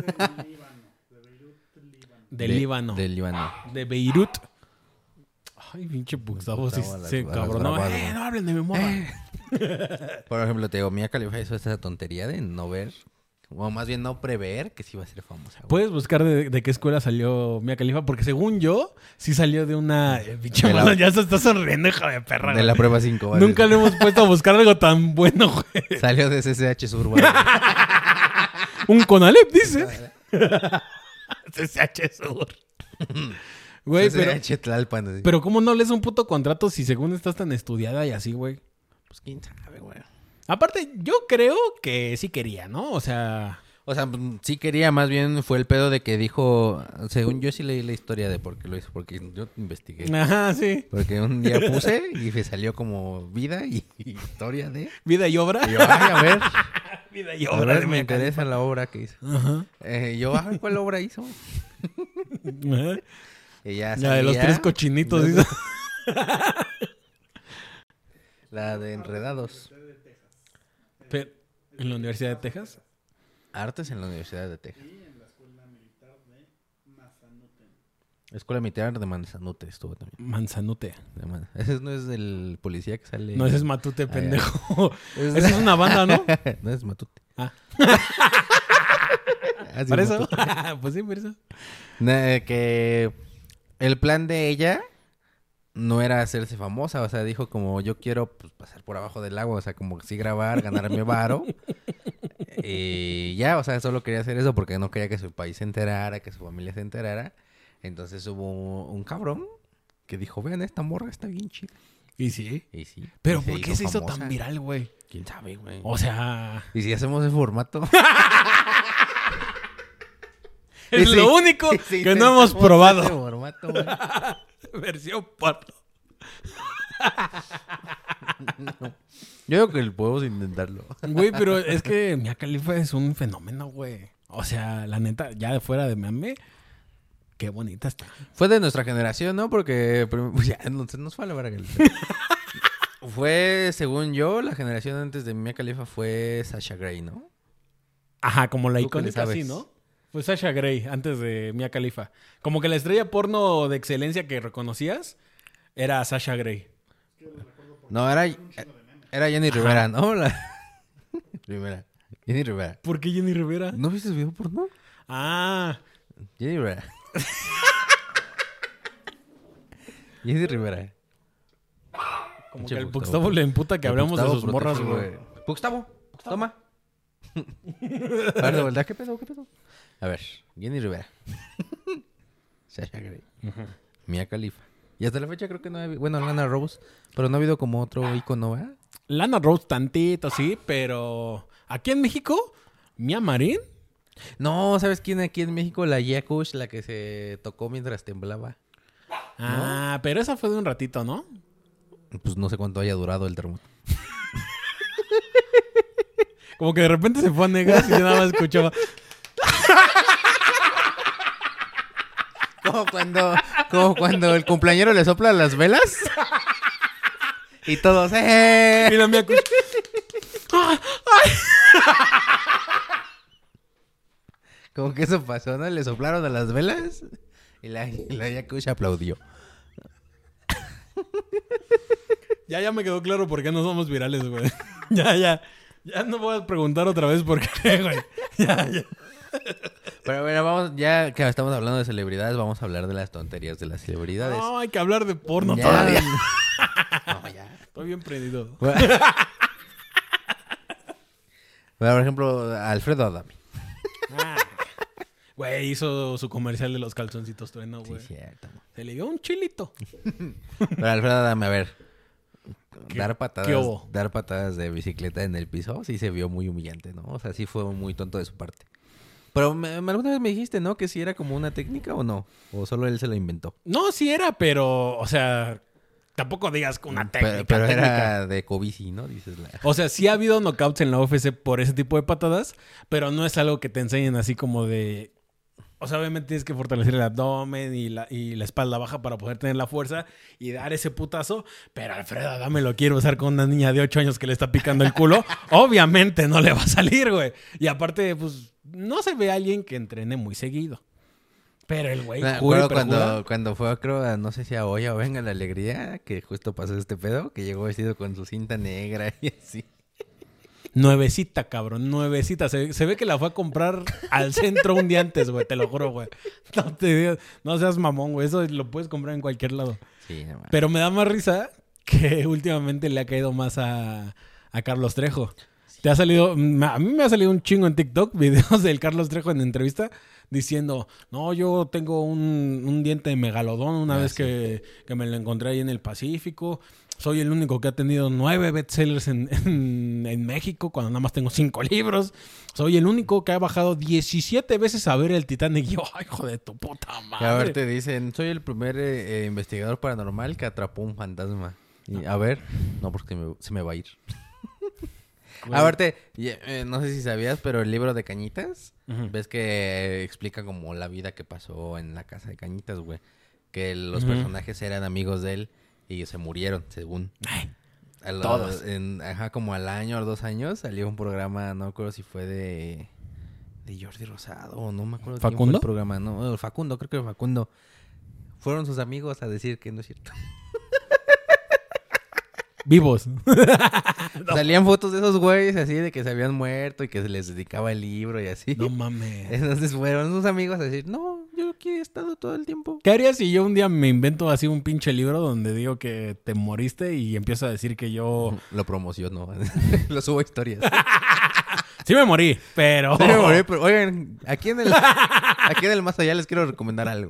Speaker 1: De Líbano.
Speaker 2: De Líbano.
Speaker 1: De Beirut. Ay, pinche Gustavo, sí,
Speaker 2: Gustavo,
Speaker 1: sí,
Speaker 2: las-
Speaker 1: cabrón.
Speaker 2: las
Speaker 1: No,
Speaker 2: bravas,
Speaker 1: eh,
Speaker 2: güey.
Speaker 1: no hablen de mi morra.
Speaker 2: Por ejemplo, te digo, Mia Khalifa hizo esa tontería de no ver, o más bien no prever que sí iba a ser famosa, güey.
Speaker 1: ¿Puedes buscar de, de qué escuela salió Mia Khalifa? Porque según yo, sí salió de una... eh, pinche
Speaker 2: De la-
Speaker 1: mano, ya se está sonriendo, hija de perra.
Speaker 2: De
Speaker 1: güey.
Speaker 2: la prueba cinco.
Speaker 1: Nunca le hemos puesto a buscar algo tan bueno, güey.
Speaker 2: Salió de C C H Sur, güey.
Speaker 1: Un Conalep, dice. C S H Sur. Güey, pero...
Speaker 2: C C H Tlalpan. así.
Speaker 1: Pero ¿cómo no lees un puto contrato si según estás tan estudiada y así, güey?
Speaker 2: Pues quién sabe, güey.
Speaker 1: Aparte, yo creo que sí quería, ¿no? O sea...
Speaker 2: O sea, mm, sí quería, más bien fue el pedo de que dijo, según yo sí leí la historia de por qué lo hizo, porque yo investigué.
Speaker 1: Ajá, sí.
Speaker 2: Porque un día puse y me salió como vida y historia de...
Speaker 1: Vida y obra.
Speaker 2: Y yo, ay, a ver,
Speaker 1: Vida y
Speaker 2: a
Speaker 1: obra.
Speaker 2: ver,
Speaker 1: de
Speaker 2: me
Speaker 1: Mia
Speaker 2: interesa la obra que hizo.
Speaker 1: Khalifa. Ajá.
Speaker 2: Eh, yo, ay, ¿cuál obra hizo?
Speaker 1: Ajá.
Speaker 2: Y ya
Speaker 1: La de los
Speaker 2: salía-
Speaker 1: tres cochinitos.
Speaker 2: Los-
Speaker 1: dice.
Speaker 2: La de Enredados.
Speaker 1: Pero, ¿en la Universidad de Texas?
Speaker 2: Artes en la Universidad de Texas. Escuela Militar de Manzanute estuvo también.
Speaker 1: Manzanute.
Speaker 2: De Man- Ese no es el policía que sale...
Speaker 1: No, ese es Matute,
Speaker 2: Ah, ya.
Speaker 1: pendejo.
Speaker 2: Es-
Speaker 1: Esa es una banda, ¿no?
Speaker 2: no es Matute.
Speaker 1: Ah.
Speaker 2: Ah, sí,
Speaker 1: ¿Para eso?
Speaker 2: Matute.
Speaker 1: Pues sí, por eso.
Speaker 2: Na- que el plan de ella no era hacerse famosa, o sea, dijo como yo quiero pues, pasar por abajo del agua, o sea, como que sí grabar, ganarme varo. Y ya, o sea, solo quería hacer eso porque no quería que su país se enterara, que su familia se enterara. Entonces hubo un cabrón que dijo, vean, esta morra está bien chida.
Speaker 1: Y sí.
Speaker 2: Y sí.
Speaker 1: Pero
Speaker 2: y se
Speaker 1: ¿por qué
Speaker 2: hizo
Speaker 1: se hizo
Speaker 2: famosa.
Speaker 1: tan viral, güey?
Speaker 2: ¿Quién sabe, güey?
Speaker 1: O sea...
Speaker 2: ¿Y si hacemos ese formato?
Speaker 1: Es
Speaker 2: Y
Speaker 1: lo
Speaker 2: sí,
Speaker 1: único
Speaker 2: y sí
Speaker 1: que no hemos
Speaker 2: intentamos
Speaker 1: probado.
Speaker 2: ese formato, güey.
Speaker 1: Versión porno.
Speaker 2: Yo creo que podemos intentarlo.
Speaker 1: Güey, pero es que Mia Khalifa es un fenómeno, güey. O sea, la neta, ya de fuera de mame, qué bonita está.
Speaker 2: Fue de nuestra generación, ¿no? Porque prim- pues ya no, se nos fue a la verga. el- Fue, según yo, la generación antes de Mia Khalifa fue Sasha Grey, ¿no?
Speaker 1: Ajá, como la
Speaker 2: ¿Tú qué le
Speaker 1: icónica,
Speaker 2: sabes?
Speaker 1: sí, ¿no? Fue Sasha Grey antes de Mia Khalifa. Como que la estrella porno de excelencia que reconocías era Sasha Grey.
Speaker 2: No, era, era Jenny Rivera, ¿no? La... Rivera. Jenny Rivera.
Speaker 1: ¿Por qué Jenny Rivera?
Speaker 2: ¿No viste su video porno?
Speaker 1: Ah,
Speaker 2: Jenny Rivera. Jenny Rivera.
Speaker 1: como
Speaker 2: Pinche
Speaker 1: que el
Speaker 2: Gustavo.
Speaker 1: Gustavo le emputa que
Speaker 2: El
Speaker 1: hablamos de
Speaker 2: Gustavo
Speaker 1: sus morras,
Speaker 2: protege,
Speaker 1: güey.
Speaker 2: Gustavo, toma. A ver, de verdad, ¿qué pedo? ¿Qué pedo? A ver, Jenny Rivera. Sasha Grey. Mia Khalifa. Y hasta la fecha creo que no ha habido... Bueno, Lana Rose. Pero no ha habido como otro icono, ¿verdad?
Speaker 1: Lana Rose tantito, sí, pero aquí en México, Mia Marín.
Speaker 2: No, ¿sabes quién aquí en México? La Yakush, la que se tocó mientras temblaba.
Speaker 1: Ah, pero esa fue de un ratito, ¿no?
Speaker 2: Pues no sé cuánto haya durado el terremoto.
Speaker 1: Como que de repente se fue a negas y yo nada más escuchaba.
Speaker 2: Como cuando, como cuando el cumpleañero le sopla las velas. Y todos, ¡eh!
Speaker 1: Mira, Mia Kush.
Speaker 2: Como que eso pasó, ¿no? Le soplaron a las velas y la, y la Yakush aplaudió.
Speaker 1: Ya, ya me quedó claro por qué no somos virales, güey. Ya, ya. Ya no voy a preguntar otra vez por qué, güey. Ya, ya.
Speaker 2: Pero bueno, vamos, ya que estamos hablando de celebridades, vamos a hablar de las tonterías de las celebridades.
Speaker 1: No, hay que hablar de porno
Speaker 2: Ya.
Speaker 1: todavía.
Speaker 2: No, ya.
Speaker 1: Estoy bien prendido.
Speaker 2: Bueno, por ejemplo, Alfredo Adame.
Speaker 1: Ah. Güey, hizo su comercial de los calzoncitos trueno,
Speaker 2: Sí,
Speaker 1: güey.
Speaker 2: cierto.
Speaker 1: Se le dio un chilito.
Speaker 2: Pero Alfredo Adame, a ver.
Speaker 1: ¿Qué-
Speaker 2: Dar
Speaker 1: qué
Speaker 2: patadas,
Speaker 1: hubo?
Speaker 2: dar patadas de bicicleta en el piso sí se vio muy humillante, ¿no? O sea, sí fue muy tonto de su parte. Pero me, me- alguna vez me dijiste, ¿no? Que si era como una técnica o no. O solo él se la inventó.
Speaker 1: No, sí era, pero, o sea, tampoco digas con una técnica.
Speaker 2: Pero, pero
Speaker 1: técnica.
Speaker 2: era de Covici, ¿no? Dices la...
Speaker 1: O sea, sí ha habido knockouts en la U F C por ese tipo de patadas, pero no es algo que te enseñen así como de... O sea, obviamente tienes que fortalecer el abdomen y la, y la espalda baja para poder tener la fuerza y dar ese putazo. Pero Alfredo Adame lo quiere usar con una niña de ocho años que le está picando el culo. Obviamente no le va a salir, güey. Y aparte, pues, no se ve a alguien que entrene muy seguido. Pero el güey...
Speaker 2: Me
Speaker 1: jura y
Speaker 2: acuerdo cuando,
Speaker 1: perjura.
Speaker 2: cuando fue, creo, a, no sé si a Olla o Venga la Alegría, que justo pasó este pedo, que llegó vestido con su cinta negra y así.
Speaker 1: Nuevecita, cabrón, nuevecita. Se, se ve que la fue a comprar al centro un día antes, güey, te lo juro, güey. No te digas, no seas mamón, güey. Eso lo puedes comprar en cualquier lado.
Speaker 2: Sí, no mames.
Speaker 1: Pero me da más risa que últimamente le ha caído más a, a Carlos Trejo. Te ha salido, a mí me ha salido un chingo en TikTok videos del Carlos Trejo en entrevista diciendo, no, yo tengo un, un diente de megalodón una
Speaker 2: Ah,
Speaker 1: vez
Speaker 2: sí.
Speaker 1: que, que me lo encontré ahí en el Pacífico. Soy el único que ha tenido nueve bestsellers en, en, en México cuando nada más tengo cinco libros. Soy el único que ha bajado diecisiete veces a ver el Titanic. Y yo, ay, hijo de tu puta
Speaker 2: Que a ver,
Speaker 1: madre.
Speaker 2: te dicen, soy el primer eh, eh, investigador paranormal que atrapó un fantasma. Y, a ver, no, porque me- se me va a ir.
Speaker 1: Güey.
Speaker 2: A verte, eh, no sé si sabías, pero el libro de Cañitas,
Speaker 1: Ujú.
Speaker 2: ves que eh, explica como la vida que pasó en la casa de Cañitas, güey. Que los
Speaker 1: Ujú.
Speaker 2: personajes eran amigos de él y se murieron, según.
Speaker 1: Ay,
Speaker 2: A lo-
Speaker 1: Todos.
Speaker 2: En, ajá, como al año o dos años salió un programa, no me acuerdo si fue de... De Jordi Rosado, o no me acuerdo quién fue
Speaker 1: ¿Facundo?
Speaker 2: el programa. No, eh, Facundo, creo que era Facundo. Fueron sus amigos a decir que no es cierto.
Speaker 1: vivos.
Speaker 2: Salían fotos de esos güeyes así de que se habían muerto y que se les dedicaba el libro y así.
Speaker 1: No mames.
Speaker 2: Entonces fueron sus amigos a decir, no, yo aquí he estado todo el tiempo.
Speaker 1: ¿Qué harías si yo un día me invento así un pinche libro donde digo que te moriste y empiezo a decir que yo...
Speaker 2: Lo promociono, lo subo a historias.
Speaker 1: Sí me morí, pero...
Speaker 2: Sí, me morí, pero, oigan, aquí en el aquí en el más allá les quiero recomendar algo.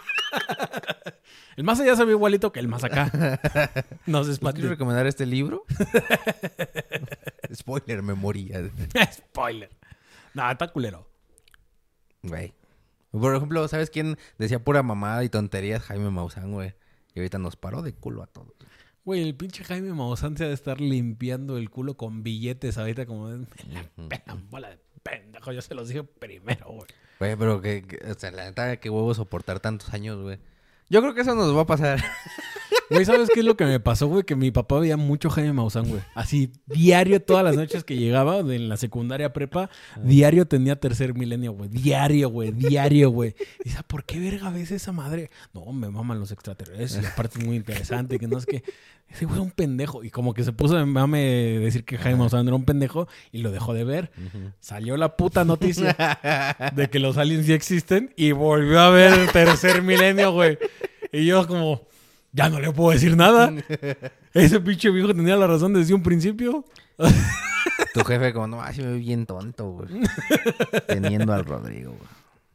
Speaker 1: El más allá se ve igualito que el más acá. No se
Speaker 2: ¿Les quiero
Speaker 1: espante.
Speaker 2: recomendar este libro? Spoiler, me morí.
Speaker 1: Spoiler. No, está culero.
Speaker 2: Güey. Por ejemplo, ¿sabes quién decía pura mamada y tonterías? Jaime Maussan, güey. Y ahorita nos paró de culo a todos.
Speaker 1: Güey, el pinche Jaime Maussan se ha de estar limpiando el culo con billetes ahorita como... de, "Me la pelan, bola de pendejo. Yo se los dije primero, güey.
Speaker 2: Güey, pero que, que- o sea, la neta, qué huevo soportar tantos años, güey. Yo creo que eso nos va a pasar.
Speaker 1: Güey, ¿sabes qué es lo que me pasó, güey? Que mi papá veía mucho Jaime Maussan, güey. Así, diario, todas las noches que llegaba de en la secundaria prepa, diario tenía Tercer Milenio, güey. Diario, güey. Diario, güey. Y dice, ¿por qué verga ves esa madre? No, me maman los extraterrestres. Y aparte es muy interesante, que no es que... Ese güey es un pendejo. Y como que se puso en mame decir que Jaime Maussan era un pendejo y lo dejó de ver. Salió la puta noticia de que los aliens sí existen y volvió a ver el Tercer Milenio, güey. Y yo como, ya no le puedo decir nada. Ese pinche viejo tenía la razón desde un principio.
Speaker 2: Tu jefe como, no, así me ve bien tonto, güey. Teniendo al Rodrigo, güey.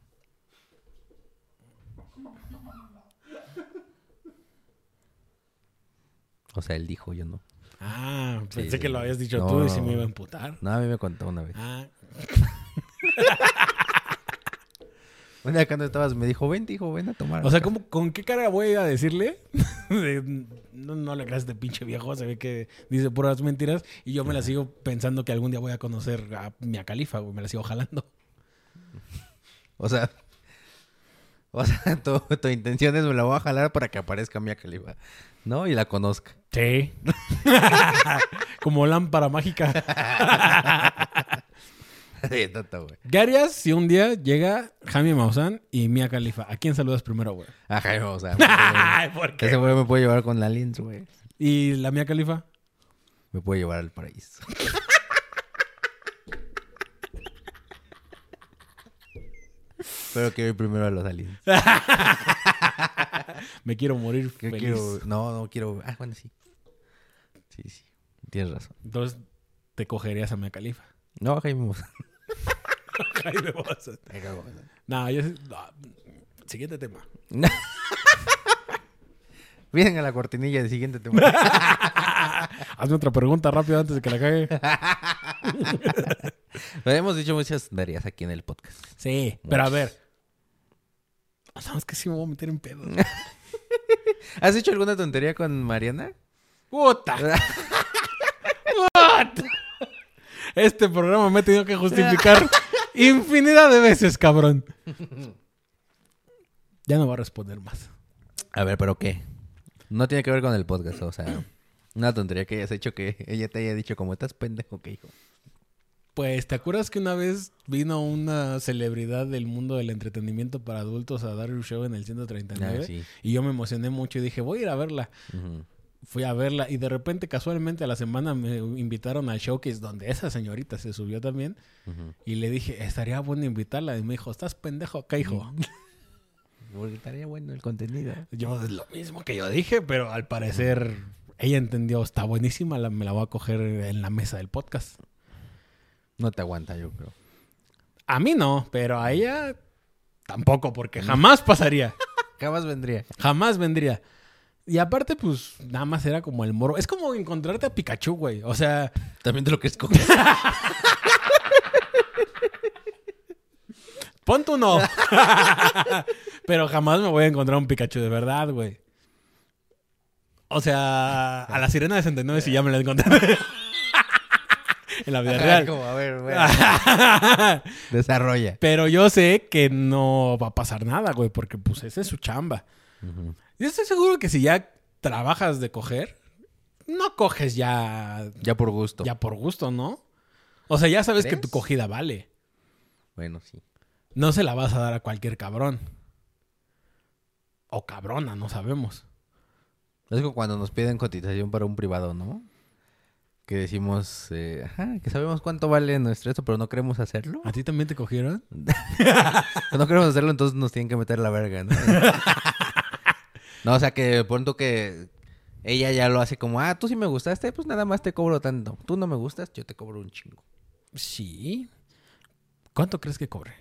Speaker 2: O sea, él dijo, yo no.
Speaker 1: Ah, pensé
Speaker 2: Sí.
Speaker 1: que lo habías dicho
Speaker 2: No,
Speaker 1: tú y se
Speaker 2: no.
Speaker 1: me iba a emputar.
Speaker 2: No, a mí me contó una vez.
Speaker 1: Ah,
Speaker 2: Un día cuando estabas me dijo, vente, hijo, ven a tomar.
Speaker 1: o sea, ¿cómo, ¿con qué cara voy a decirle? De, no, no le creas a este pinche viejo, se ve que dice puras mentiras y yo me la sigo pensando que algún día voy a conocer a Mia Khalifa, güey, me la sigo jalando.
Speaker 2: O sea, o sea, tu, tu intención es me la voy a jalar para que aparezca Mia Khalifa, ¿no? Y la conozca.
Speaker 1: Sí. Como lámpara mágica.
Speaker 2: Sí, tonto, güey.
Speaker 1: ¿Qué harías si un día llega Jaime Maussan y Mia Khalifa? ¿A quién saludas primero, güey?
Speaker 2: A Jaime, o sea,
Speaker 1: Ay, ¿por qué?
Speaker 2: ese güey me puede llevar con la aliens, güey.
Speaker 1: ¿Y la Mia Khalifa?
Speaker 2: Me puede llevar al paraíso. Pero quiero ir primero a los aliens.
Speaker 1: Me quiero morir
Speaker 2: ¿Qué
Speaker 1: feliz.
Speaker 2: quiero? No, no quiero. Ah, bueno, sí. Sí, sí. Tienes razón.
Speaker 1: Entonces, te cogerías a Mia Khalifa.
Speaker 2: No, Jaime. Maussan.
Speaker 1: Jaime Maussan. No, yo... no. Siguiente tema.
Speaker 2: Vienen a la cortinilla del siguiente tema.
Speaker 1: Hazme otra pregunta rápido antes de que la cague.
Speaker 2: Pero hemos dicho muchas tonterías aquí en el podcast.
Speaker 1: Sí, pero a ver. Sabes que sí me voy a meter en pedo.
Speaker 2: ¿Has hecho alguna tontería con Mariana?
Speaker 1: ¡Puta! What? Este programa me he tenido que justificar infinidad de veces, cabrón. Ya no va a responder más.
Speaker 2: A ver, ¿pero qué? No tiene que ver con el podcast, o sea... Una tontería que hayas hecho que ella te haya dicho como estás pendejo, ¿qué hijo?
Speaker 1: Pues, ¿te acuerdas que una vez vino una celebridad del mundo del entretenimiento para adultos a dar un show en el ciento treinta y nueve?
Speaker 2: Ah, sí.
Speaker 1: Y yo me emocioné mucho y dije, voy a ir a verla.
Speaker 2: Uh-huh.
Speaker 1: Fui a verla y de repente, casualmente, a la semana me invitaron al showcase donde esa señorita se subió también.
Speaker 2: Uh-huh.
Speaker 1: Y le dije, estaría bueno invitarla. Y me dijo, ¿estás pendejo? ¿Qué, hijo?
Speaker 2: Porque estaría bueno el contenido.
Speaker 1: Yo, es lo mismo que yo dije, pero al parecer ella entendió, está buenísima, la, me la voy a coger en la mesa del podcast.
Speaker 2: No te aguanta, yo creo.
Speaker 1: A mí no, pero a ella tampoco, porque jamás pasaría.
Speaker 2: Jamás vendría.
Speaker 1: Jamás vendría. Y aparte, pues, nada más era como el moro. Es como encontrarte a Pikachu, güey. O sea...
Speaker 2: También de lo que escoges.
Speaker 1: Pon tu no. Pero jamás me voy a encontrar un Pikachu de verdad, güey. O sea, a la sirena de sesenta y nueve si ya me la encontré. En la vida real.
Speaker 2: Como, a ver, bueno. Desarrolla.
Speaker 1: Pero yo sé que no va a pasar nada, güey, porque pues esa es su chamba.
Speaker 2: Uh-huh.
Speaker 1: Yo estoy seguro que si ya trabajas de coger, no coges ya...
Speaker 2: Ya por gusto.
Speaker 1: Ya por gusto, ¿no? O sea, ya sabes
Speaker 2: ¿Crees?
Speaker 1: que tu cogida vale.
Speaker 2: Bueno, sí.
Speaker 1: No se la vas a dar a cualquier cabrón. O cabrona, no sabemos.
Speaker 2: Es como cuando nos piden cotización para un privado, ¿no? Que decimos, eh, ajá, que sabemos cuánto vale nuestro esto, pero no queremos hacerlo.
Speaker 1: ¿A ti también te cogieron?
Speaker 2: No queremos hacerlo, entonces nos tienen que meter la verga, ¿no? No, o sea, que de pronto que ella ya lo hace como, ah, tú sí me gustaste, pues nada más te cobro tanto. Tú no me gustas, yo te cobro un chingo.
Speaker 1: Sí. ¿Cuánto crees que cobre?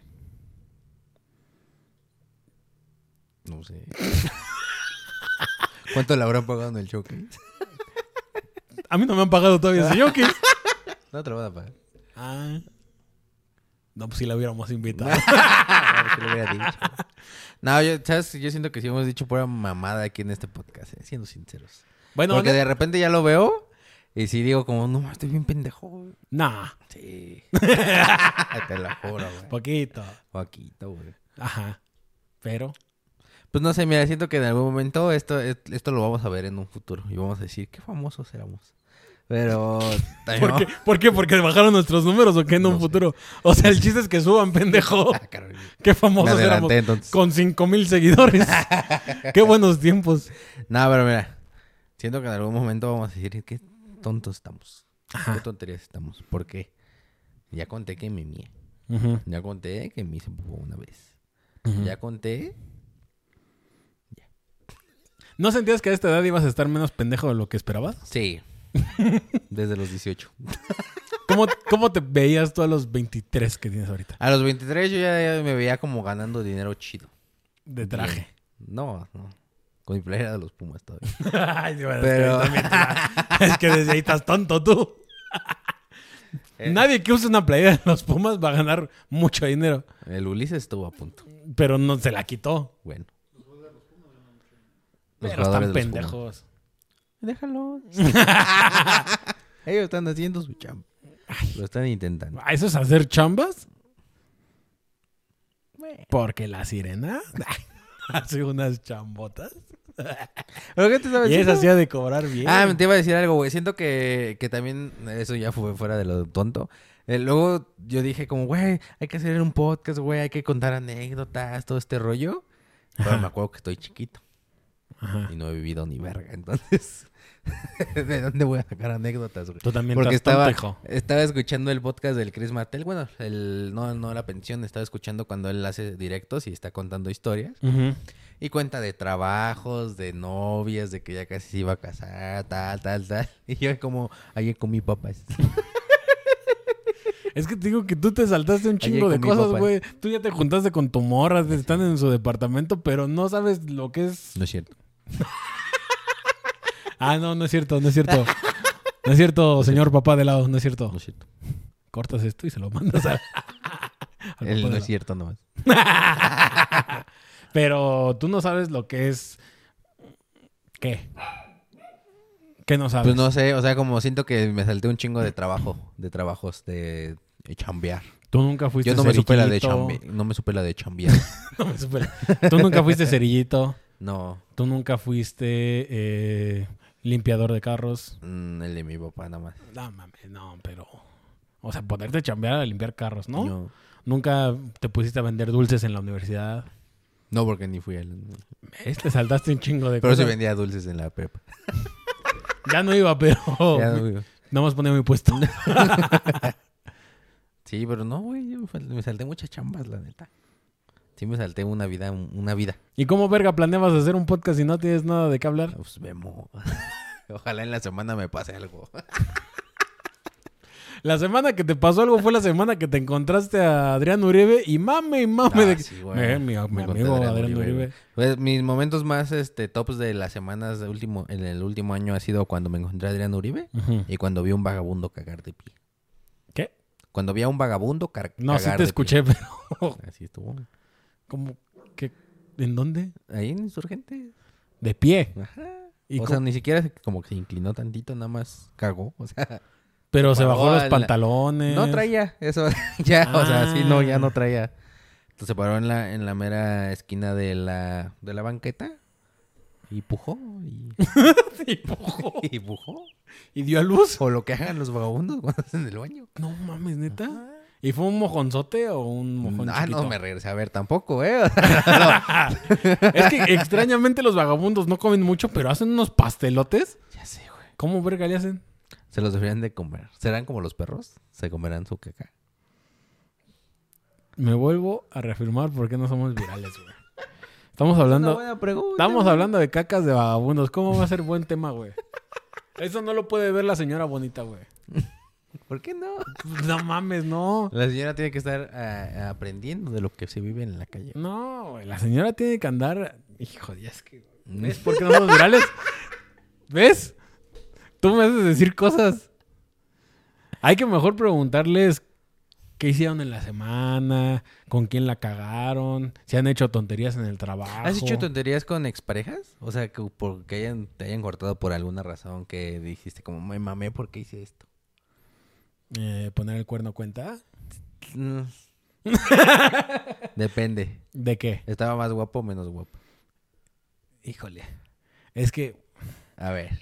Speaker 2: No sé. ¿Cuánto le habrán pagado en el showcase?
Speaker 1: A mí no me han pagado todavía ese yoke.
Speaker 2: No te lo van a pagar.
Speaker 1: Ah. No, pues si la hubiéramos invitado.
Speaker 2: A ver qué le hubiera dicho. No, yo, ¿sabes? Yo siento que sí hemos dicho pura mamada aquí en este podcast, eh, siendo sinceros.
Speaker 1: Bueno,
Speaker 2: Porque
Speaker 1: ¿no?
Speaker 2: de repente ya lo veo y sí digo como, no, estoy bien pendejo, güey.
Speaker 1: Nah.
Speaker 2: Sí. Te lo juro, güey.
Speaker 1: Poquito.
Speaker 2: Poquito, güey.
Speaker 1: Ajá. Pero...
Speaker 2: Pues no sé, mira, siento que en algún momento esto, esto lo vamos a ver en un futuro. Y vamos a decir, qué famosos éramos. Pero...
Speaker 1: ¿Por qué? ¿Por qué? ¿Porque bajaron nuestros números o qué en un
Speaker 2: No sé.
Speaker 1: futuro? O sea, el chiste es que suban, pendejo.
Speaker 2: Ah, Carolina.
Speaker 1: Qué famosos
Speaker 2: Me adelanté,
Speaker 1: éramos.
Speaker 2: entonces.
Speaker 1: Con cinco mil seguidores. Qué buenos tiempos.
Speaker 2: No, pero mira, siento que en algún momento vamos a decir, qué tontos estamos.
Speaker 1: Ajá.
Speaker 2: Qué tonterías estamos. ¿Por qué? Ya conté que me mié.
Speaker 1: Uh-huh.
Speaker 2: Ya conté que me hice popó una vez.
Speaker 1: Uh-huh.
Speaker 2: Ya conté...
Speaker 1: ¿No sentías que a esta edad ibas a estar menos pendejo de lo que esperabas?
Speaker 2: Sí. Desde los dieciocho.
Speaker 1: ¿Cómo, cómo te veías tú a los veintitrés que tienes ahorita?
Speaker 2: A los veintitrés yo ya, ya me veía como ganando dinero chido.
Speaker 1: De traje.
Speaker 2: Bien. No, no. Con mi playera de los Pumas todavía.
Speaker 1: Ay, sí, bueno,
Speaker 2: Pero-
Speaker 1: es, que también, es que desde ahí estás tonto tú.
Speaker 2: Eh.
Speaker 1: Nadie que use una playera de los Pumas va a ganar mucho dinero.
Speaker 2: El Ulises estuvo a punto.
Speaker 1: Pero no se la quitó.
Speaker 2: Bueno.
Speaker 1: Pero
Speaker 2: jugadores
Speaker 1: están
Speaker 2: de los Pumas.
Speaker 1: pendejos.
Speaker 2: Déjalo. Ellos están haciendo su chamba. Lo están intentando.
Speaker 1: ¿Eso es hacer chambas?
Speaker 2: Bueno.
Speaker 1: Porque la sirena hace unas chambotas.
Speaker 2: ¿Pero qué te estaba
Speaker 1: Y es
Speaker 2: diciendo?
Speaker 1: así de cobrar bien.
Speaker 2: Ah, te iba a decir algo, güey. Siento que, que también eso ya fue fuera de lo tonto. Eh, luego yo dije como, güey, hay que hacer un podcast, güey. Hay que contar anécdotas, todo este rollo. Pero
Speaker 1: Ajá.
Speaker 2: me acuerdo que estoy chiquito.
Speaker 1: Ajá.
Speaker 2: Y no he vivido ni verga. Entonces, ¿de dónde voy a sacar anécdotas, güey?
Speaker 1: Tú también
Speaker 2: Porque
Speaker 1: estás
Speaker 2: estaba,
Speaker 1: tonto, hijo.
Speaker 2: estaba escuchando el podcast del Chris Martel. Bueno, el, no, no la pensión. Estaba escuchando cuando él hace directos y está contando historias.
Speaker 1: Ujú.
Speaker 2: Y cuenta de trabajos, de novias, de que ya casi se iba a casar, tal, tal, tal. Y yo como, ayer comí papas.
Speaker 1: Es que te digo que tú te saltaste un chingo
Speaker 2: Ayer
Speaker 1: de
Speaker 2: con mi
Speaker 1: cosas,
Speaker 2: papá.
Speaker 1: güey. Tú ya te juntaste con tu morra, están en su departamento, pero no sabes lo que es.
Speaker 2: No es cierto.
Speaker 1: Ah, no, no es cierto, no es cierto. No es cierto, señor papá de lado, no es cierto.
Speaker 2: No es cierto.
Speaker 1: Cortas esto y se lo mandas a... al
Speaker 2: Él
Speaker 1: papá
Speaker 2: no
Speaker 1: de
Speaker 2: es
Speaker 1: lado.
Speaker 2: cierto nomás.
Speaker 1: Pero tú no sabes lo que es ¿Qué? ¿Qué no sabes?
Speaker 2: Pues no sé, o sea, como siento que me salté un chingo de trabajo, de trabajos, de, de chambear.
Speaker 1: Tú nunca fuiste
Speaker 2: Yo no me supe la de
Speaker 1: cerillito.
Speaker 2: chambear. No me supe la de chambear.
Speaker 1: No me supe la- Tú nunca fuiste cerillito.
Speaker 2: No,
Speaker 1: Tú nunca fuiste eh, limpiador de carros.
Speaker 2: mm, el de mi papá nada más.
Speaker 1: No mames, no, pero... O sea, ponerte a chambear a limpiar carros, ¿no?
Speaker 2: No,
Speaker 1: Nunca te pusiste a vender dulces en la universidad.
Speaker 2: no porque ni fui al...
Speaker 1: ¿Ves? Te saltaste un chingo de
Speaker 2: Pero sí
Speaker 1: cosas.
Speaker 2: vendía dulces en la prepa.
Speaker 1: Ya no iba, pero...
Speaker 2: Ya no iba.
Speaker 1: Nada más ponía mi puesto.
Speaker 2: Sí, pero no, güey, yo me fal- me salté muchas chambas, la neta. Sí me salté una vida, un- una vida.
Speaker 1: ¿Y cómo, verga, planeabas hacer un podcast si no tienes nada de qué hablar?
Speaker 2: Pues vemos. Ojalá en la semana me pase algo.
Speaker 1: La semana que te pasó algo fue la semana que te encontraste a Adrián Uribe y mame y mame
Speaker 2: Ah,
Speaker 1: de...
Speaker 2: sí, güey.
Speaker 1: Me- mi, mi
Speaker 2: Me encontré
Speaker 1: amigo
Speaker 2: a
Speaker 1: Adrián,
Speaker 2: Adrián
Speaker 1: Uribe.
Speaker 2: Uribe. Pues mis momentos más este tops de las semanas de último, en el último año ha sido cuando me encontré a Adrián Uribe
Speaker 1: Ujú.
Speaker 2: y cuando vi a un vagabundo cagar de pie.
Speaker 1: ¿Qué?
Speaker 2: Cuando vi a un vagabundo car-
Speaker 1: No,
Speaker 2: cagar
Speaker 1: sí te
Speaker 2: de
Speaker 1: escuché, pero...
Speaker 2: pie. Así estuvo.
Speaker 1: ¿Cómo? ¿Qué? ¿En dónde?
Speaker 2: Ahí en Insurgente.
Speaker 1: De pie.
Speaker 2: Ajá.
Speaker 1: ¿Y
Speaker 2: O
Speaker 1: cómo-
Speaker 2: sea, ni siquiera se- como que se inclinó tantito, nada más cagó. O sea,
Speaker 1: Pero se
Speaker 2: paró
Speaker 1: bajó los
Speaker 2: a la-
Speaker 1: pantalones.
Speaker 2: no traía eso. Ya, o sea, sí, no, ya
Speaker 1: Ah.
Speaker 2: no traía. Entonces se paró en la, en la mera esquina de la, de la banqueta y pujó y,
Speaker 1: Y pujó.
Speaker 2: y pujó.
Speaker 1: ¿Y dio a luz?
Speaker 2: O lo que hagan los vagabundos cuando hacen el baño.
Speaker 1: No mames, ¿neta? ¿Y fue un mojonzote o un mojón
Speaker 2: Ah,
Speaker 1: chiquito?
Speaker 2: no me regresé a ver tampoco, ¿eh? O sea,
Speaker 1: Es que extrañamente los vagabundos no comen mucho, pero hacen unos pastelotes.
Speaker 2: ya sé, güey.
Speaker 1: ¿Cómo verga le hacen?
Speaker 2: Se los deberían de comer. ¿Serán como los perros? Se comerán su caca.
Speaker 1: Me vuelvo a reafirmar por qué no somos virales, güey. Estamos hablando...
Speaker 2: buena pregunta.
Speaker 1: Estamos hablando de cacas de vagabundos. ¿Cómo va a ser buen tema, güey? Eso no lo puede ver la señora bonita, güey.
Speaker 2: ¿Por qué no?
Speaker 1: No mames, no.
Speaker 2: La señora tiene que estar ah, aprendiendo de lo que se vive en la calle.
Speaker 1: No, güey. La señora tiene que andar... Hijo de... Es que... ¿Ves por qué no somos virales? ¿Ves? Tú me haces decir cosas. Hay que mejor preguntarles qué hicieron en la semana, con quién la cagaron, si han hecho tonterías en el trabajo.
Speaker 2: ¿Has hecho tonterías con exparejas? O sea, que porque hayan, te hayan cortado por alguna razón que dijiste como, me mamé porque hice esto.
Speaker 1: Eh, ¿Poner el cuerno cuenta?
Speaker 2: Mm. Depende.
Speaker 1: ¿De qué?
Speaker 2: ¿Estaba más guapo o menos guapo?
Speaker 1: Híjole. Es que...
Speaker 2: A ver.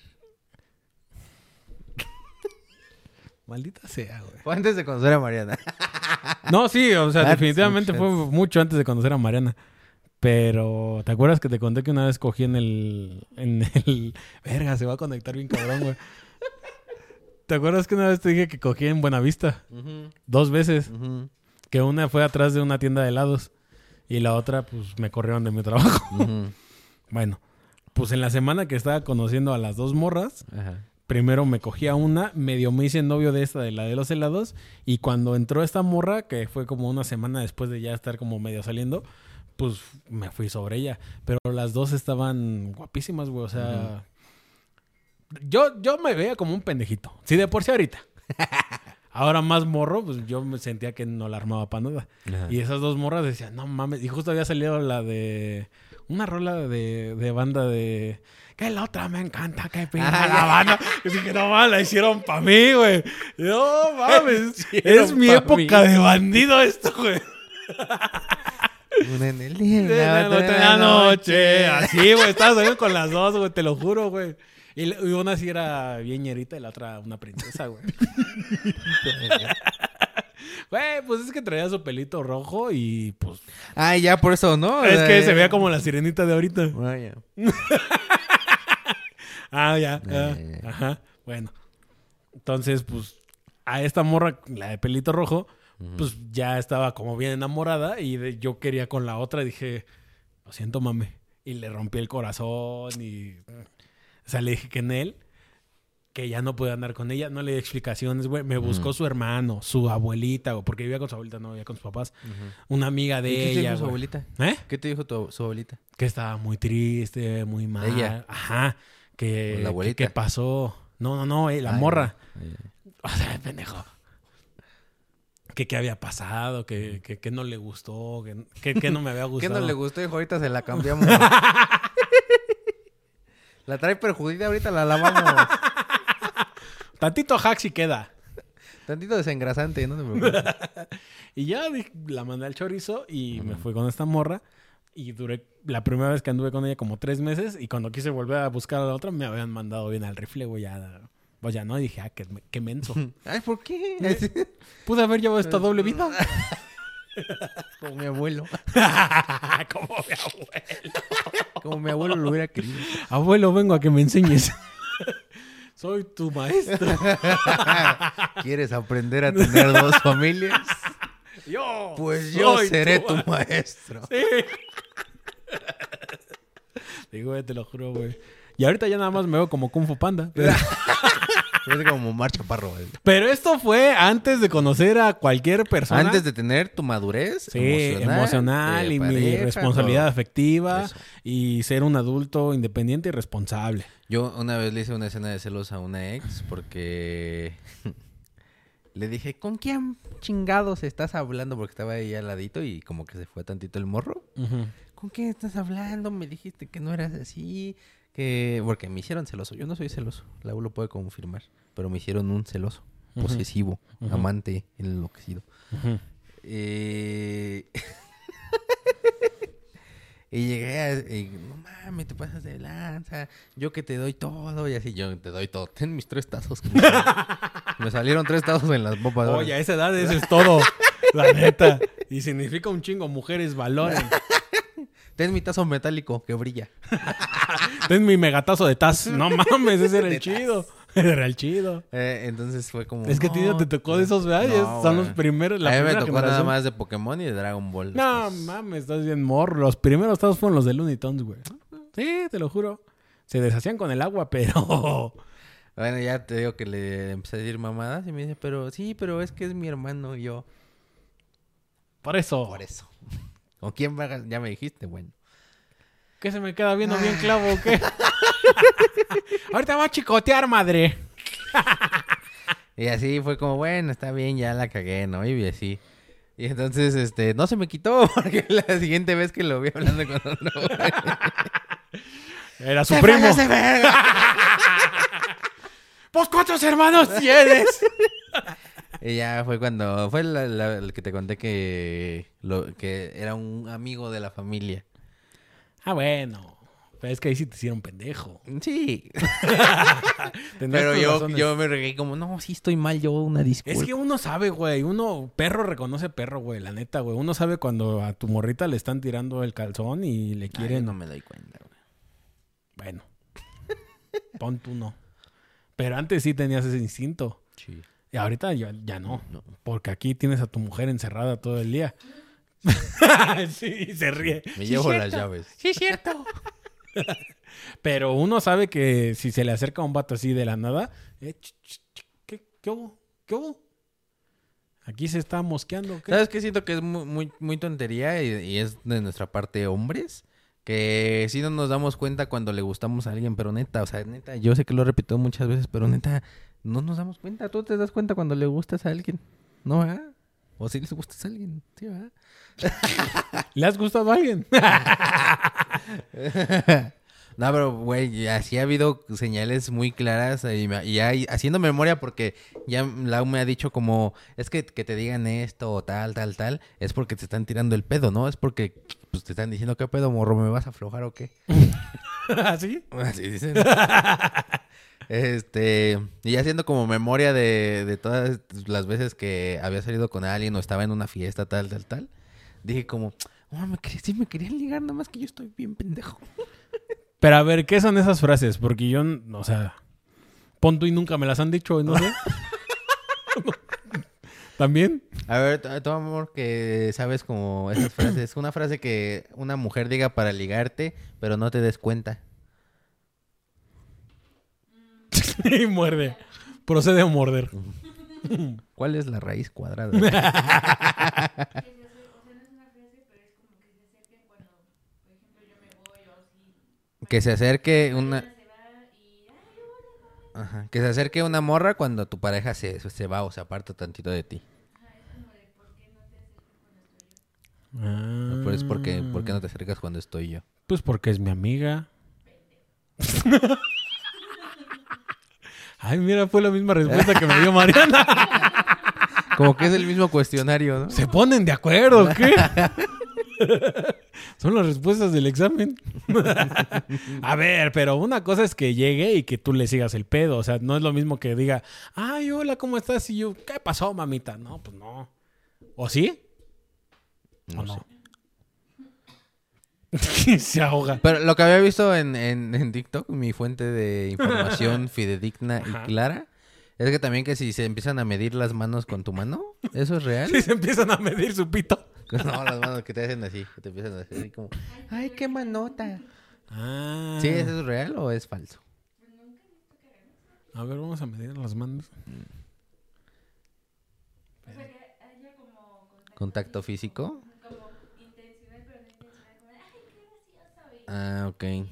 Speaker 1: Maldita sea, güey.
Speaker 2: Fue antes de conocer a Mariana.
Speaker 1: No, sí, o sea,
Speaker 2: Antes,
Speaker 1: definitivamente
Speaker 2: mucho
Speaker 1: fue
Speaker 2: antes.
Speaker 1: mucho antes de conocer a Mariana. Pero, ¿te acuerdas que te conté que una vez cogí en el... En el... Verga, se va a conectar bien cabrón, güey. ¿Te acuerdas que una vez te dije que cogí en Buenavista?
Speaker 2: Ujú,
Speaker 1: Dos veces.
Speaker 2: ujú,
Speaker 1: Que una fue atrás de una tienda de helados. Y la otra, pues, me corrieron de mi trabajo.
Speaker 2: ujú.
Speaker 1: Bueno, pues en la semana que estaba conociendo a las dos morras...
Speaker 2: Ajá.
Speaker 1: Primero me cogí a una, medio me hice novio de esta, de la de los helados. Y cuando entró esta morra, que fue como una semana después de ya estar como medio saliendo, pues me fui sobre ella. Pero las dos estaban guapísimas, güey. O sea, yo, yo me veía como un pendejito. Sí, de por sí ahorita. Ahora más morro, pues yo me sentía que no la armaba para nada.
Speaker 2: Ajá.
Speaker 1: Y esas dos morras decían, no mames. Y justo había salido la de... Una rola de, de banda de... Que la otra me encanta, que pida
Speaker 2: Ah,
Speaker 1: la
Speaker 2: ya.
Speaker 1: banda. Y dije, no mames, la hicieron para mí, güey. No mames.
Speaker 2: Hicieron
Speaker 1: Es mi
Speaker 2: pa'
Speaker 1: época
Speaker 2: mí.
Speaker 1: de bandido esto, güey.
Speaker 2: Una en el día,
Speaker 1: De
Speaker 2: la
Speaker 1: la
Speaker 2: otra
Speaker 1: otra
Speaker 2: en la
Speaker 1: noche. Así, güey. Estaba saliendo con las dos, güey. Te lo juro, güey. Y, le- y una sí era bien ñerita y la otra una princesa, güey. Güey, pues es que traía su pelito rojo y pues...
Speaker 2: Ah, ya por eso, ¿no?
Speaker 1: Es que
Speaker 2: Eh,
Speaker 1: se veía como la sirenita de ahorita.
Speaker 2: Ah, ya.
Speaker 1: Ah, ya. ya.
Speaker 2: Eh.
Speaker 1: Ajá. Bueno. Entonces, pues, a esta morra, la de pelito rojo, pues ya estaba como bien enamorada y de- yo quería con la otra. Dije, lo siento, mame. Y le rompí el corazón y... O sea, le dije que en él, que ya no podía andar con ella. No le di explicaciones, güey. Me buscó
Speaker 2: Ujú.
Speaker 1: su hermano, su abuelita, güey, porque vivía con su abuelita, no vivía con sus papás.
Speaker 2: Ujú.
Speaker 1: Una amiga
Speaker 2: ¿Y
Speaker 1: de
Speaker 2: qué te
Speaker 1: ella,
Speaker 2: dijo su
Speaker 1: güey.
Speaker 2: abuelita?
Speaker 1: ¿Eh?
Speaker 2: ¿Qué te dijo tu, su abuelita?
Speaker 1: Que estaba muy triste, muy mal.
Speaker 2: Ella.
Speaker 1: Ajá. Que,
Speaker 2: La abuelita.
Speaker 1: que, que pasó. No, no, no, eh, la
Speaker 2: Ah,
Speaker 1: morra.
Speaker 2: ya, ya.
Speaker 1: O sea, pendejo. Que qué había pasado, que, que, que no le gustó, que, que, que no me había
Speaker 2: ¿Qué
Speaker 1: gustado.
Speaker 2: no le gustó? Hijo, ahorita se la cambiamos. La trae perjudicada, ahorita la lavamos.
Speaker 1: Tantito hack si queda.
Speaker 2: Tantito desengrasante, no te preocupes.
Speaker 1: Y ya dije, la mandé al chorizo y
Speaker 2: Ujú.
Speaker 1: me fui con esta morra. Y duré la primera vez que anduve con ella como tres meses. Y cuando quise volver a buscar a la otra, me habían mandado bien al rifle, güey. Ya, pues ya no. Y dije, ah, qué, qué menso.
Speaker 2: Ay, ¿por qué?
Speaker 1: Pude haber llevado esta doble vida.
Speaker 2: Como mi abuelo.
Speaker 1: Como mi abuelo.
Speaker 2: Como mi abuelo lo hubiera querido.
Speaker 1: Abuelo, vengo a que me enseñes. Soy tu maestro.
Speaker 2: ¿Quieres aprender a tener dos familias?
Speaker 1: Yo.
Speaker 2: Pues yo
Speaker 1: soy
Speaker 2: seré
Speaker 1: tu
Speaker 2: tu maestro.
Speaker 1: Sí. Digo, güey, te lo juro, güey. Y ahorita ya nada más me veo como Kung Fu Panda. Pero,
Speaker 2: Parece como Mar Chaparro. güey.
Speaker 1: pero esto fue antes de conocer a cualquier persona.
Speaker 2: Antes de tener tu madurez
Speaker 1: Sí,
Speaker 2: emocional,
Speaker 1: emocional
Speaker 2: de
Speaker 1: y mi
Speaker 2: pareja,
Speaker 1: responsabilidad
Speaker 2: todo.
Speaker 1: afectiva
Speaker 2: Eso.
Speaker 1: y ser un adulto independiente y responsable.
Speaker 2: Yo una vez le hice una escena de celos a una ex porque le dije, ¿con quién chingados estás hablando? Porque estaba ahí al ladito y como que se fue tantito el morro.
Speaker 1: Ujú.
Speaker 2: ¿Con quién estás hablando? Me dijiste que no eras así, que... Porque me hicieron celoso. Yo no soy celoso, la U lo puede confirmar. Pero me hicieron un celoso,
Speaker 1: Ujú.
Speaker 2: posesivo,
Speaker 1: Ujú.
Speaker 2: amante, enloquecido.
Speaker 1: Ujú.
Speaker 2: Eh... y llegué a... y, no mames, te pasas de lanza. Yo que te doy todo. Y así, yo te doy todo. Ten mis tres tazos. que Me, sal- me salieron tres tazos en las bopas.
Speaker 1: Oye, a esa edad eso es todo. La neta. Y significa un chingo. Mujeres valoren.
Speaker 2: Ten mi tazo metálico que brilla.
Speaker 1: Ten mi megatazo de Taz. No mames, ese era
Speaker 2: De
Speaker 1: el chido. Ese era el chido.
Speaker 2: Eh, entonces fue como...
Speaker 1: Es que a ti no te tocó de esos, ¿verdad?
Speaker 2: no,
Speaker 1: Son
Speaker 2: güey.
Speaker 1: los primeros, la
Speaker 2: a mí me
Speaker 1: primera
Speaker 2: tocó nada
Speaker 1: generación.
Speaker 2: más de Pokémon y de Dragon Ball.
Speaker 1: No
Speaker 2: después.
Speaker 1: mames, estás bien morro. Los primeros tazos fueron los de Looney Tunes, güey. Sí, te lo juro. Se deshacían con el agua, pero...
Speaker 2: Bueno, ya te digo que le empecé a decir mamadas y me dice, pero sí, pero es que es mi hermano y yo.
Speaker 1: Por eso.
Speaker 2: Por eso. ¿Con quién vagas? Ya me dijiste, bueno.
Speaker 1: ¿Qué se me queda viendo bien clavo o qué? Ahorita va a chicotear, madre.
Speaker 2: Y así fue como, bueno, está bien, ya la cagué, ¿no? Y así. Y entonces, este, no se me quitó porque la siguiente vez que lo vi hablando con otro güey,
Speaker 1: Era su
Speaker 2: ¡se
Speaker 1: primo.
Speaker 2: pasa ese verga!
Speaker 1: ¿Pues cuántos hermanos tienes?
Speaker 2: Y ya fue cuando, fue la, la- el que te conté que, lo, que era un amigo de la familia.
Speaker 1: Ah, bueno. Pero es que ahí sí te hicieron pendejo.
Speaker 2: Sí.
Speaker 1: Tenías
Speaker 2: Pero
Speaker 1: tus
Speaker 2: yo,
Speaker 1: razones.
Speaker 2: yo me regué como, no, sí estoy mal, yo una disculpa.
Speaker 1: Es que uno sabe, güey. Uno, perro reconoce perro, güey. La neta, güey. Uno sabe cuando a tu morrita le están tirando el calzón y le
Speaker 2: Ay, yo
Speaker 1: quieren...
Speaker 2: no me doy cuenta, güey.
Speaker 1: Bueno. Pon tú no. Pero antes sí tenías ese instinto.
Speaker 2: Sí.
Speaker 1: Y ahorita ya, ya no.
Speaker 2: No.
Speaker 1: Porque aquí tienes a tu mujer encerrada todo el día. Sí, se ríe.
Speaker 2: Me
Speaker 1: Sí,
Speaker 2: llevo
Speaker 1: cierto.
Speaker 2: las llaves.
Speaker 1: Sí, es cierto. Pero uno sabe que si se le acerca a un vato así de la nada, eh, ch, ch, ch, ¿qué, ¿qué hubo? ¿Qué hubo? Aquí se está mosqueando. ¿Qué?
Speaker 2: ¿Sabes qué? Siento que es muy, muy, muy tontería y, y es de nuestra parte hombres. Que sí no nos damos cuenta cuando le gustamos a alguien, pero neta, o sea, neta, yo sé que lo he repetido muchas veces, pero neta, no nos damos cuenta. ¿Tú te das cuenta cuando le gustas a alguien? ¿No, verdad? ¿O si les gustas a alguien? Sí, ¿verdad?
Speaker 1: ¿Le has gustado a alguien?
Speaker 2: No, pero, güey, así ha habido señales muy claras y, me- y hay- haciendo memoria porque ya Lau me ha dicho como, es que que te digan esto o tal, tal, tal, es porque te están tirando el pedo, ¿no? Es porque pues, te están diciendo, ¿qué pedo, morro? ¿Me vas a aflojar o qué?
Speaker 1: ¿Así?
Speaker 2: Así dicen. Este, y haciendo como memoria de, de todas las veces que había salido con alguien o estaba en una fiesta, tal, tal, tal, dije como, oh, me quería, sí me querían ligar, nada más que yo estoy bien pendejo.
Speaker 1: Pero a ver, ¿qué son esas frases? Porque yo, o sea, pon tú y nunca me las han dicho, no sé. ¿También?
Speaker 2: A ver, t- tú, amor, que sabes como esas frases. Una frase que una mujer diga para ligarte, pero no te des cuenta.
Speaker 1: Y muerde. Procede a morder.
Speaker 2: ¿Cuál es la raíz cuadrada? Que se acerque una... Ajá. Que se acerque una morra cuando tu pareja se, se va o se aparta tantito de ti.
Speaker 1: Ah,
Speaker 2: Pero es porque, ¿por qué no te acercas cuando estoy yo?
Speaker 1: Pues porque es mi amiga. Ay, mira, fue la misma respuesta que me dio Mariana.
Speaker 2: Como que es el mismo cuestionario, ¿no?
Speaker 1: ¿Se ponen de acuerdo o qué? Son las respuestas del examen. A ver, pero una cosa es que llegue y que tú le sigas el pedo. O sea, no es lo mismo que diga, ay, hola, ¿cómo estás? Y yo, ¿qué pasó, mamita? No, pues no. ¿O sí?
Speaker 2: No,
Speaker 1: ¿O no?
Speaker 2: sé.
Speaker 1: Se ahoga.
Speaker 2: Pero lo que había visto en, en, en TikTok, mi fuente de información fidedigna
Speaker 1: Ajá.
Speaker 2: y clara, es que también que si se empiezan a medir las manos con tu mano, ¿eso es real?
Speaker 1: Si se empiezan a medir su pito.
Speaker 2: No, las manos que te hacen así, que te empiezan a hacer así como, ay, qué manota.
Speaker 1: Ah.
Speaker 2: ¿Sí, eso es real o es falso?
Speaker 1: A ver, vamos a medir las manos.
Speaker 3: O sea, que haya como contacto,
Speaker 2: ¿Contacto físico?
Speaker 3: como intencional, pero no intencional, como de, ay, qué gracioso. Y
Speaker 2: Ah, ok.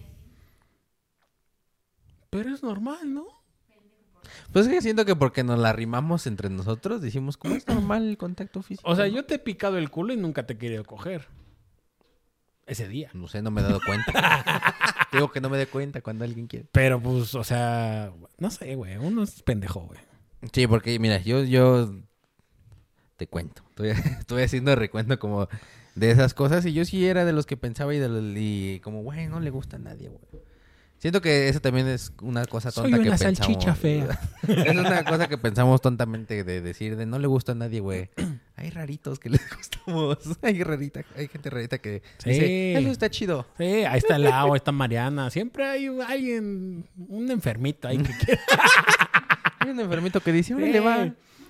Speaker 1: Pero es normal, ¿no?
Speaker 2: Pues es que siento que porque nos la rimamos entre nosotros, decimos, ¿cómo es normal el contacto físico?
Speaker 1: O sea, yo te he picado el culo y nunca te he querido coger. Ese día.
Speaker 2: No sé, no me he dado cuenta. Digo que no me dé cuenta cuando alguien quiere.
Speaker 1: Pero pues, o sea, no sé, güey. Uno es pendejo, güey.
Speaker 2: Sí, porque mira, yo, yo te cuento. Estoy, estoy haciendo recuento como de esas cosas y yo sí era de los que pensaba y, de los, y como, güey, no le gusta a nadie, güey. Siento que eso también es una cosa tonta
Speaker 1: Soy
Speaker 2: que
Speaker 1: una
Speaker 2: pensamos.
Speaker 1: salchicha fea.
Speaker 2: Es una cosa que pensamos tontamente de decir de no le gusta a nadie, güey. Hay raritos que les gustamos. Hay rarita, hay gente rarita que
Speaker 1: Sí.
Speaker 2: dice, eso está chido.
Speaker 1: Sí, ahí está Lau, ahí está Mariana. Siempre hay alguien, un enfermito ahí que quiere.
Speaker 2: Hay un enfermito que dice, órale, va.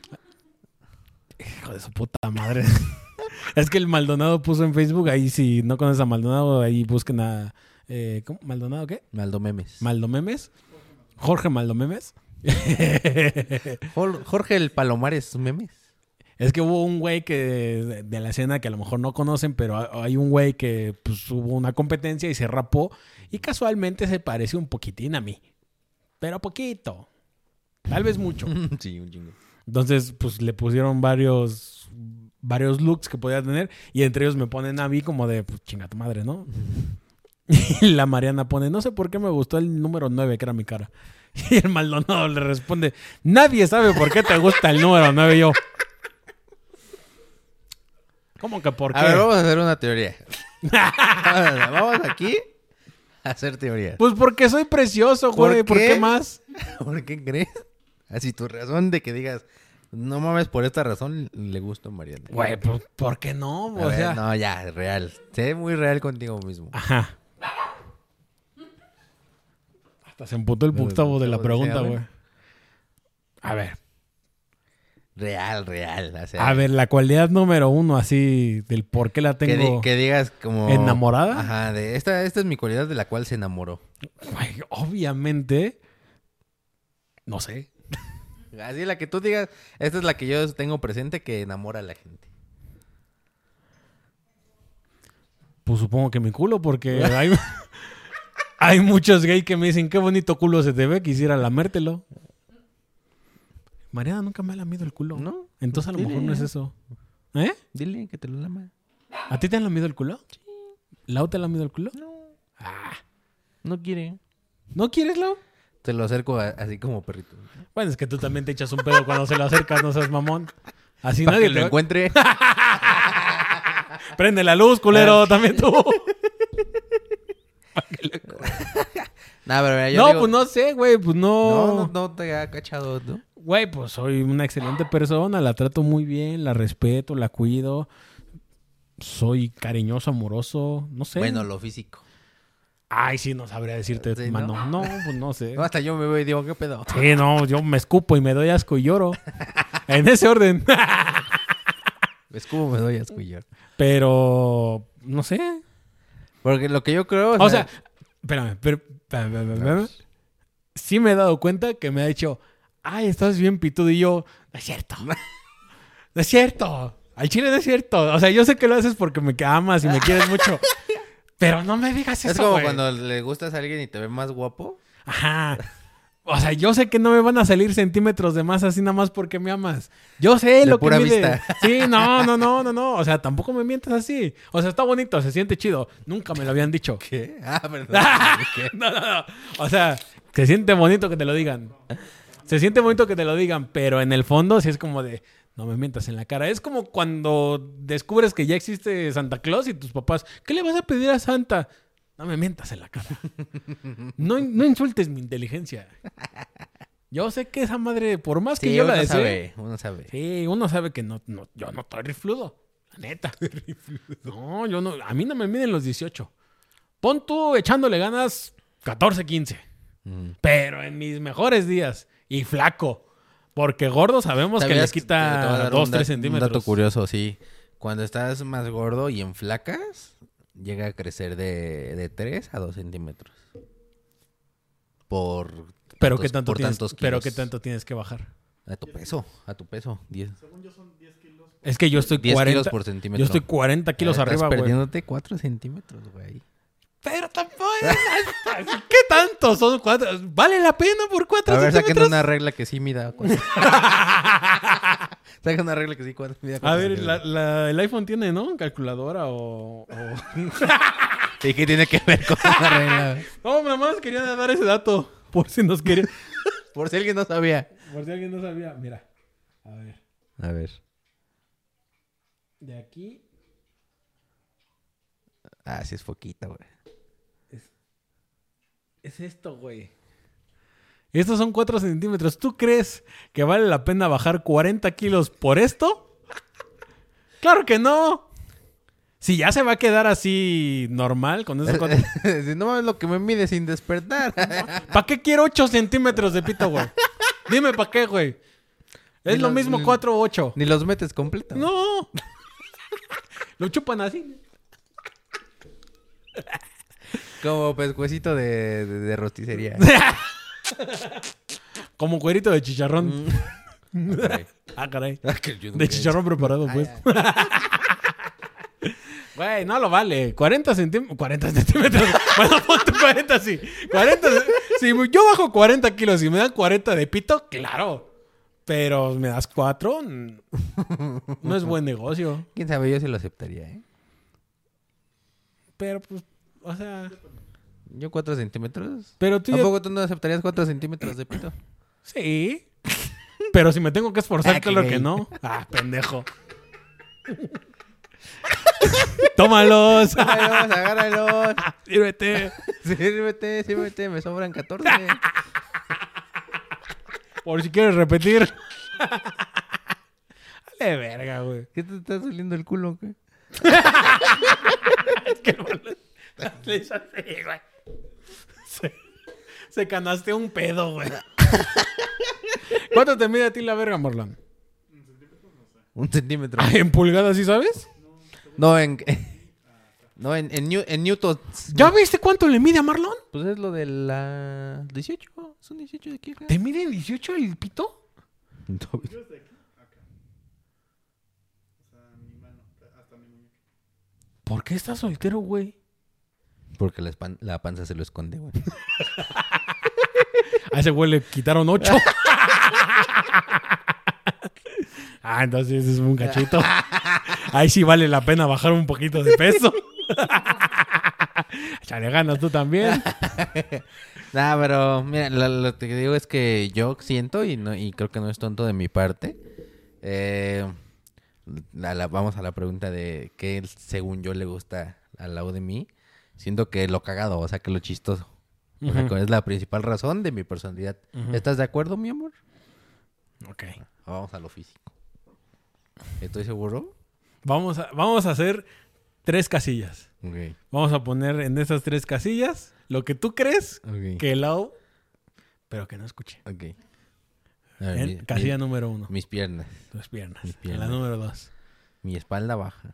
Speaker 1: Hijo de su puta madre. Es que el Maldonado puso en Facebook, ahí si no conoces a Maldonado, ahí busquen a... Eh, ¿Cómo? ¿Maldonado qué?
Speaker 2: Maldo memes.
Speaker 1: ¿Maldomemes? Jorge Maldomemes.
Speaker 2: Jor- Jorge el Palomares memes.
Speaker 1: Es que hubo un güey que de, de la escena que a lo mejor no conocen, pero ha- hay un güey que pues, hubo una competencia y se rapó y casualmente se parece un poquitín a mí. Pero poquito. Tal vez mucho.
Speaker 2: Sí, un chingo.
Speaker 1: Entonces, pues le pusieron varios varios looks que podía tener y entre ellos me ponen a mí como de, pues chinga tu madre, ¿no? Y la Mariana pone, no sé por qué me gustó el número nueve, que era mi cara. Y el Maldonado le responde, nadie sabe por qué te gusta el número nueve. Y yo, ¿cómo que por qué?
Speaker 2: A ver, vamos a hacer una teoría. Vamos aquí a hacer teorías.
Speaker 1: Pues porque soy precioso, güey. ¿Por
Speaker 2: qué?
Speaker 1: qué más?
Speaker 2: ¿Por qué crees? Así tu razón de que digas, no mames, por esta razón le gusta a Mariana.
Speaker 1: Güey, pues, ¿por qué no?
Speaker 2: A
Speaker 1: O
Speaker 2: ver,
Speaker 1: sea,
Speaker 2: no, ya, real. Sé muy real contigo mismo.
Speaker 1: ajá. Hasta se emputó el
Speaker 2: Pero,
Speaker 1: Gustavo de la
Speaker 2: ¿cómo
Speaker 1: pregunta,
Speaker 2: dice? A ver.
Speaker 1: güey. A ver.
Speaker 2: Real, real. O sea,
Speaker 1: A ver, la cualidad número uno, así, del por qué la
Speaker 2: que, di-
Speaker 1: tengo
Speaker 2: que digas como...
Speaker 1: enamorada.
Speaker 2: Ajá, de esta, esta es mi cualidad de la cual se enamoró.
Speaker 1: Güey, obviamente, no sé.
Speaker 2: Así la que tú digas, esta es la que yo tengo presente que enamora a la gente.
Speaker 1: Pues supongo que mi culo, porque hay, hay muchos gays que me dicen, qué bonito culo se te ve, quisiera lamértelo. Mariana nunca me ha lamido el culo.
Speaker 2: ¿No?
Speaker 1: Entonces a lo
Speaker 2: Dile.
Speaker 1: mejor no es eso. ¿Eh?
Speaker 2: Dile que te lo lama.
Speaker 1: ¿A ti te han lamido el culo? Sí. ¿Lau te ha lamido el culo?
Speaker 2: No.
Speaker 1: Ah.
Speaker 2: No quiere.
Speaker 1: ¿No quieres, Lau?
Speaker 2: Te lo acerco a- así como perrito.
Speaker 1: Bueno, es que tú también te echas un pedo cuando se lo acercas, no seas mamón. Así
Speaker 2: Para
Speaker 1: nadie
Speaker 2: que
Speaker 1: te
Speaker 2: lo encuentre.
Speaker 1: Prende la luz, culero, también tú.
Speaker 2: Nah, pero mira, yo
Speaker 1: No,
Speaker 2: digo-
Speaker 1: pues no sé, güey, pues
Speaker 2: No,
Speaker 1: no.
Speaker 2: no, no te ha cachado, ¿no?
Speaker 1: Güey, pues soy una excelente persona, la trato muy bien, la respeto, la cuido. Soy cariñoso, amoroso, no sé.
Speaker 2: Bueno, lo físico.
Speaker 1: Ay, sí, no sabría decirte,
Speaker 2: Sí,
Speaker 1: mano.
Speaker 2: ¿no?
Speaker 1: No, pues no sé.
Speaker 2: No, hasta yo me veo y digo, ¿qué pedo?
Speaker 1: Sí, no, yo me escupo y me doy asco y lloro. En ese orden.
Speaker 2: Es como me doy asco yo.
Speaker 1: Pero, no sé.
Speaker 2: Porque lo que yo creo...
Speaker 1: O sea, espérame, pero, espérame, espérame, espérame. Sí me he dado cuenta que me ha dicho, ay, estás bien pitudo. Y yo, no es cierto. No es cierto. Al chile no es cierto. O sea, yo sé que lo haces porque me amas y me quieres mucho. Pero no me digas eso,
Speaker 2: es como
Speaker 1: güey.
Speaker 2: cuando le gustas a alguien y te ve más guapo.
Speaker 1: Ajá. O sea, yo sé que no me van a salir centímetros de más así nada más porque me amas. Yo sé
Speaker 2: De
Speaker 1: lo
Speaker 2: pura
Speaker 1: que mide.
Speaker 2: vista.
Speaker 1: Sí, no, no, no, no, no. O sea, tampoco me mientas así. O sea, está bonito, se siente chido. Nunca me lo habían dicho.
Speaker 2: ¿Qué? Ah, perdón. ¿Qué?
Speaker 1: No, no, no. O sea, se siente bonito que te lo digan. Se siente bonito que te lo digan, pero en el fondo sí es como de, no me mientas en la cara. Es como cuando descubres que ya existe Santa Claus y tus papás, ¿qué le vas a pedir a Santa? No me mientas en la cara. No, no insultes mi inteligencia. Yo sé que esa madre, por más que
Speaker 2: Sí,
Speaker 1: yo la
Speaker 2: uno
Speaker 1: desee,
Speaker 2: sabe, uno sabe.
Speaker 1: sí, uno sabe que no, no, yo no estoy rifludo. La neta. No, yo no, a mí no me miden los dieciocho. Pon tú echándole ganas catorce, quince.
Speaker 2: Mm.
Speaker 1: Pero en mis mejores días. Y flaco. Porque gordo sabemos que le
Speaker 2: ¿Sabías? Te- te voy a
Speaker 1: quita
Speaker 2: dar
Speaker 1: dos,
Speaker 2: un da-
Speaker 1: tres centímetros.
Speaker 2: Un dato curioso, sí. Cuando estás más gordo y en flacas, llega a crecer de, de tres a dos centímetros. Por
Speaker 1: Pero
Speaker 2: tantos-
Speaker 1: qué tanto
Speaker 2: por
Speaker 1: tienes,
Speaker 2: tantos
Speaker 1: pero
Speaker 2: kilos.
Speaker 1: qué tanto tienes que bajar.
Speaker 2: A tu peso, a tu peso. diez,
Speaker 1: Es que yo estoy
Speaker 2: diez
Speaker 1: cuarenta.
Speaker 2: kilos por centímetro.
Speaker 1: Yo estoy cuarenta kilos
Speaker 2: Ah, estás
Speaker 1: arriba, güey.
Speaker 2: perdiéndote cuatro centímetros, güey.
Speaker 1: Pero tampoco. ¿Qué tanto? Son cuatro. ¿Vale la pena por cuatro
Speaker 2: A ver, saquen
Speaker 1: centímetros?
Speaker 2: una regla que sí mida cuatro. Saquen una regla que sí cuatro, mida
Speaker 1: A
Speaker 2: cuatro
Speaker 1: ver, la,
Speaker 2: centímetros.
Speaker 1: la- el iPhone tiene, ¿no? Calculadora o... o-
Speaker 2: ¿Y qué tiene que ver con una regla?
Speaker 1: No, nada más quería dar ese dato. Por si nos quería...
Speaker 2: Por si alguien no sabía.
Speaker 1: Por si alguien no sabía. Mira. A ver.
Speaker 2: A ver.
Speaker 1: De aquí...
Speaker 2: Ah, sí es foquita, güey.
Speaker 1: Es esto, güey. Estos son cuatro centímetros. ¿Tú crees que vale la pena bajar cuarenta kilos por esto? ¡Claro que no! Si ya se va a quedar así normal con esos cuatro...
Speaker 2: Si no es lo que me mide sin despertar.
Speaker 1: ¿Para qué quiero ocho centímetros de pito, güey? Dime para qué, güey. Es
Speaker 2: Ni
Speaker 1: lo
Speaker 2: los-
Speaker 1: mismo
Speaker 2: ni-
Speaker 1: cuatro o ocho.
Speaker 2: Ni los metes completos.
Speaker 1: No. Lo chupan así.
Speaker 2: Como pescuecito de, de, de rosticería.
Speaker 1: Como cuerito de chicharrón.
Speaker 2: Caray.
Speaker 1: Ah, caray.
Speaker 2: Ah, que yo nunca
Speaker 1: De
Speaker 2: he
Speaker 1: chicharrón preparado,
Speaker 2: Ah,
Speaker 1: pues.
Speaker 2: ya.
Speaker 1: Güey, no lo vale. cuarenta centímetros. cuarenta centímetros. Bueno, ponte cuarenta, sí. cuarenta. Si yo bajo cuarenta kilos y me dan cuarenta de pito, claro. Pero me das cuatro, no es buen negocio.
Speaker 2: Quién sabe, yo sí lo aceptaría, ¿eh?
Speaker 1: Pero, pues, o sea...
Speaker 2: Yo cuatro centímetros.
Speaker 1: Pero tú ya-
Speaker 2: ¿Tampoco tú no aceptarías cuatro centímetros de pito?
Speaker 1: Sí. Pero si me tengo que esforzar,
Speaker 2: Ah, qué
Speaker 1: claro
Speaker 2: gay.
Speaker 1: que no. Ah, pendejo. Tómalos.
Speaker 2: Agárralos, agárralos.
Speaker 1: Sírvete.
Speaker 2: Sírvete, sírvete, me sobran catorce.
Speaker 1: Por si quieres repetir. Dale verga, güey.
Speaker 2: ¿Qué te está saliendo el culo, qué?
Speaker 1: Le hizo así, güey. Se, se canasteó un pedo, güey. ¿Cuánto te mide a ti la verga, Marlon?
Speaker 2: Un centímetro.
Speaker 1: Ah, ¿en pulgadas, sí sabes?
Speaker 2: No, en... No, en, en, New- en newtons.
Speaker 1: ¿Ya viste cuánto le mide a Marlon?
Speaker 2: Pues es lo de la... dieciocho. Son dieciocho de aquí acá.
Speaker 1: ¿Te mide dieciocho el pito? ¿Por qué estás soltero, güey?
Speaker 2: Porque la, espan- la panza se lo esconde, güey.
Speaker 1: A ese güey le quitaron ocho. Ah, entonces es un cachito. Ahí sí vale la pena bajar un poquito de peso. Échale ganas tú también.
Speaker 2: Nah, pero mira, lo, lo que digo es que yo siento, y no y creo que no es tonto de mi parte, eh, la- la- vamos a la pregunta de qué según yo le gusta al lado de mí. Siento que lo cagado, o sea, que lo chistoso. O sea,
Speaker 1: Ujú.
Speaker 2: que es la principal razón de mi personalidad.
Speaker 1: Ujú.
Speaker 2: ¿Estás de acuerdo, mi amor?
Speaker 1: Ok.
Speaker 2: Vamos a lo físico. ¿Estoy seguro?
Speaker 1: Vamos a, vamos a hacer tres casillas.
Speaker 2: Ok.
Speaker 1: Vamos a poner en esas tres casillas lo que tú crees
Speaker 2: Ok.
Speaker 1: que Lau, pero que no escuche.
Speaker 2: Ok. A ver,
Speaker 1: En
Speaker 2: mi-
Speaker 1: casilla
Speaker 2: mi-
Speaker 1: número uno,
Speaker 2: mis piernas.
Speaker 1: tus piernas.
Speaker 2: mis
Speaker 1: En
Speaker 2: piernas.
Speaker 1: la número dos.
Speaker 2: Mi espalda baja.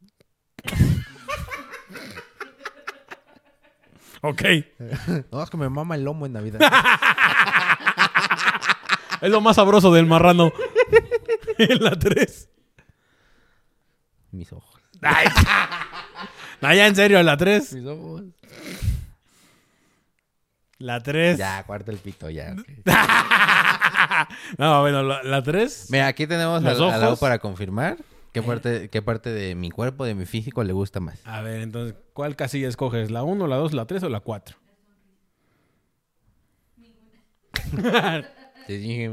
Speaker 1: Ok.
Speaker 2: No, es que me mama el lomo en Navidad.
Speaker 1: Es lo más sabroso del marrano. En la tres.
Speaker 2: Mis ojos.
Speaker 1: Ay. No, ya en serio, en la tres.
Speaker 2: Mis ojos.
Speaker 1: La tres.
Speaker 2: Ya, cuarto el pito, ya. ok.
Speaker 1: No, bueno, la, la tres.
Speaker 2: Mira, aquí tenemos
Speaker 1: Los
Speaker 2: al, al Lau
Speaker 1: ojos.
Speaker 2: para confirmar qué parte, qué parte de mi cuerpo, de mi físico le gusta más.
Speaker 1: A ver, entonces, ¿cuál casilla escoges? ¿La uno, la dos, la tres o la cuatro?
Speaker 2: Te dije,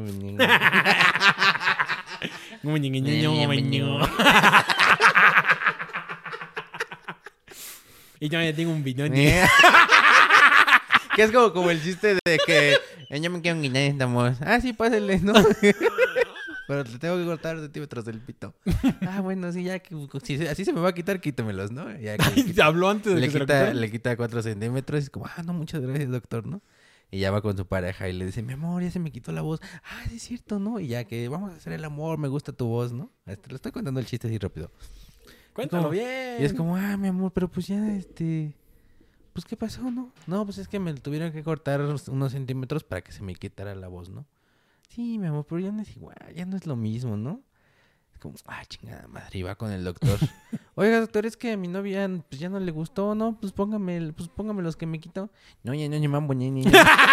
Speaker 1: Y yo ya tengo un bidón.
Speaker 2: que es como, como el chiste de que "Eh, yo me quiero engañar y estamos. Ah, sí, pásale, ¿no? Pero te tengo que cortar centímetros del pito. Ah, bueno, sí, ya que si así se me va a quitar, quítamelos, ¿no? Ya que le
Speaker 1: Te habló antes de
Speaker 2: le
Speaker 1: que se lo
Speaker 2: quita,
Speaker 1: quitara.
Speaker 2: le quita cuatro centímetros y es como, ah, no, muchas gracias, doctor, ¿no? Y ya va con su pareja y le dice, mi amor, ya se me quitó la voz. Ah, sí es cierto, ¿no? Y ya que vamos a hacer el amor, me gusta tu voz, ¿no? Este, le estoy contando el chiste así rápido.
Speaker 1: Cuéntalo
Speaker 2: como-
Speaker 1: bien.
Speaker 2: Y es como, ah, mi amor, pero pues ya, este... Pues, ¿qué pasó, no? No, pues es que me tuvieron que cortar unos centímetros para que se me quitara la voz, ¿no? Sí, mi amor, pero ya no es igual, ya no es lo mismo, ¿no? Es como, ah, chingada madre, y va con el doctor. Oiga, doctor, es que a mi novia pues ya no le gustó, ¿no? Pues póngame, el- pues póngame los que me quitó. No, ya no, ni mambo, ni, ni, ni.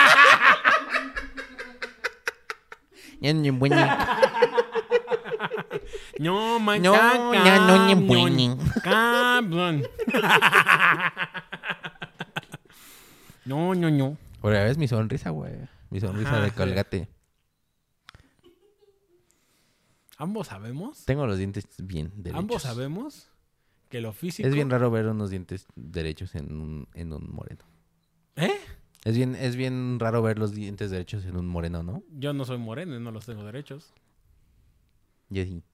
Speaker 2: Ya no, ni bueno.
Speaker 1: No, man,
Speaker 2: No,
Speaker 1: ca-
Speaker 2: ya no, ni
Speaker 1: cabrón.
Speaker 2: bueno.
Speaker 1: Cabrón. No, no, no.
Speaker 2: Por ves mi sonrisa, güey. Mi sonrisa
Speaker 1: Ajá,
Speaker 2: de
Speaker 1: sí.
Speaker 2: colgate.
Speaker 1: Ambos sabemos.
Speaker 2: Tengo los dientes bien derechos.
Speaker 1: Ambos sabemos que lo físico.
Speaker 2: Es bien raro ver unos dientes derechos en un, en un moreno.
Speaker 1: ¿Eh?
Speaker 2: Es bien, es bien raro ver los dientes derechos en un moreno, ¿no?
Speaker 1: Yo no soy moreno y no los tengo derechos.
Speaker 2: Yo sí.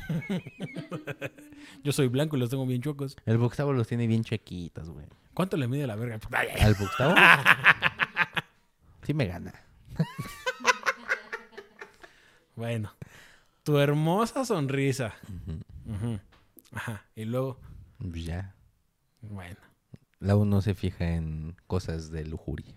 Speaker 1: Yo soy blanco y los tengo bien chuecos.
Speaker 2: El Gustavo los tiene bien chuequitos, güey.
Speaker 1: ¿Cuánto le mide la verga? Ay, ay.
Speaker 2: ¿Al Gustavo? Sí me gana.
Speaker 1: Bueno, tu hermosa sonrisa.
Speaker 2: Ujú.
Speaker 1: Ujú. Ajá. Y luego,
Speaker 2: Pues ya.
Speaker 1: bueno.
Speaker 2: La uno se fija en cosas de lujuria.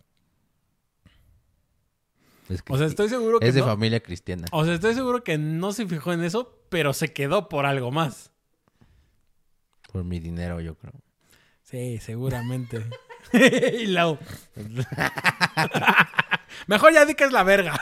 Speaker 2: Es,
Speaker 1: O sea,
Speaker 2: cristi-
Speaker 1: estoy seguro que
Speaker 2: es de
Speaker 1: no.
Speaker 2: familia cristiana.
Speaker 1: O sea, estoy seguro que no se fijó en eso, pero se quedó por algo más.
Speaker 2: Por mi dinero, yo creo.
Speaker 1: Sí, seguramente. Y Lau. Mejor ya di que es la verga.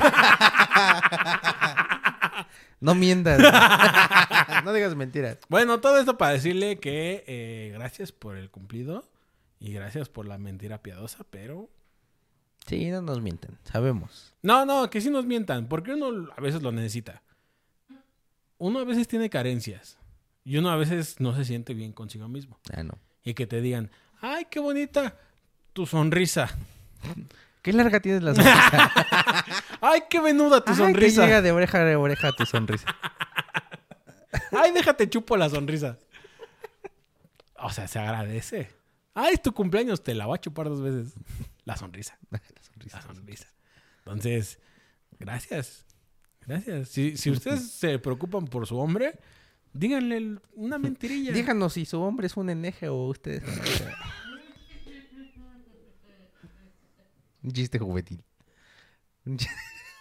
Speaker 2: No mientas. No digas mentiras.
Speaker 1: Bueno, todo esto para decirle que eh, gracias por el cumplido y gracias por la mentira piadosa, pero...
Speaker 2: Sí, no nos mienten. Sabemos.
Speaker 1: No, no, que sí nos mientan, porque uno a veces lo necesita. Uno a veces tiene carencias y uno a veces no se siente bien consigo mismo.
Speaker 2: Ah, no.
Speaker 1: Y que te digan, ay, qué bonita tu sonrisa.
Speaker 2: ¿Qué larga tienes la sonrisa?
Speaker 1: Ay, qué venuda tu
Speaker 2: Ay,
Speaker 1: sonrisa.
Speaker 2: que llega de oreja a oreja tu sonrisa.
Speaker 1: Ay, déjate chupo la sonrisa. O sea, se agradece. Ay, es tu cumpleaños, te la voy a chupar dos veces. La sonrisa.
Speaker 2: La sonrisa.
Speaker 1: La sonrisa. Entonces, gracias. Gracias. Si, si ustedes se preocupan por su hombre, díganle el- una mentirilla.
Speaker 2: Díganos si su hombre es un eneje o ustedes. Un chiste juvenil. Un chiste-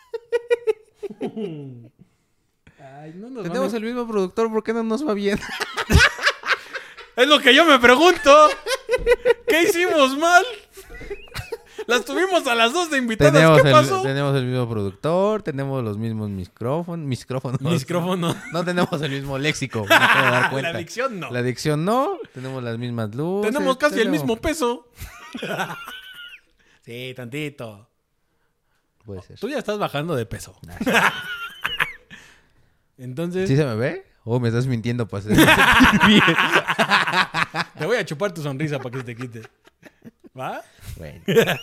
Speaker 1: Ay, no nos
Speaker 2: Tenemos
Speaker 1: van
Speaker 2: el mismo productor, ¿por qué no nos va bien?
Speaker 1: a- Es lo que yo me pregunto. ¿Qué hicimos mal? Las tuvimos a las dos de invitadas.
Speaker 2: tenemos,
Speaker 1: ¿Qué
Speaker 2: el,
Speaker 1: pasó?
Speaker 2: tenemos el mismo productor, tenemos los mismos micrófonos. Micrófonos.
Speaker 1: Micrófono.
Speaker 2: No tenemos el mismo léxico. Me acabo de dar cuenta.
Speaker 1: La adicción no.
Speaker 2: La adicción no. Tenemos las mismas luces.
Speaker 1: Tenemos casi el
Speaker 2: tenemos-
Speaker 1: mismo peso. Sí, tantito.
Speaker 2: Puede ser.
Speaker 1: Tú ya estás bajando de peso. Entonces,
Speaker 2: ¿Sí se me ve? ¿O me estás mintiendo para hacer
Speaker 1: te voy a chupar tu sonrisa para que se te quite. ¿Va?
Speaker 2: Bueno.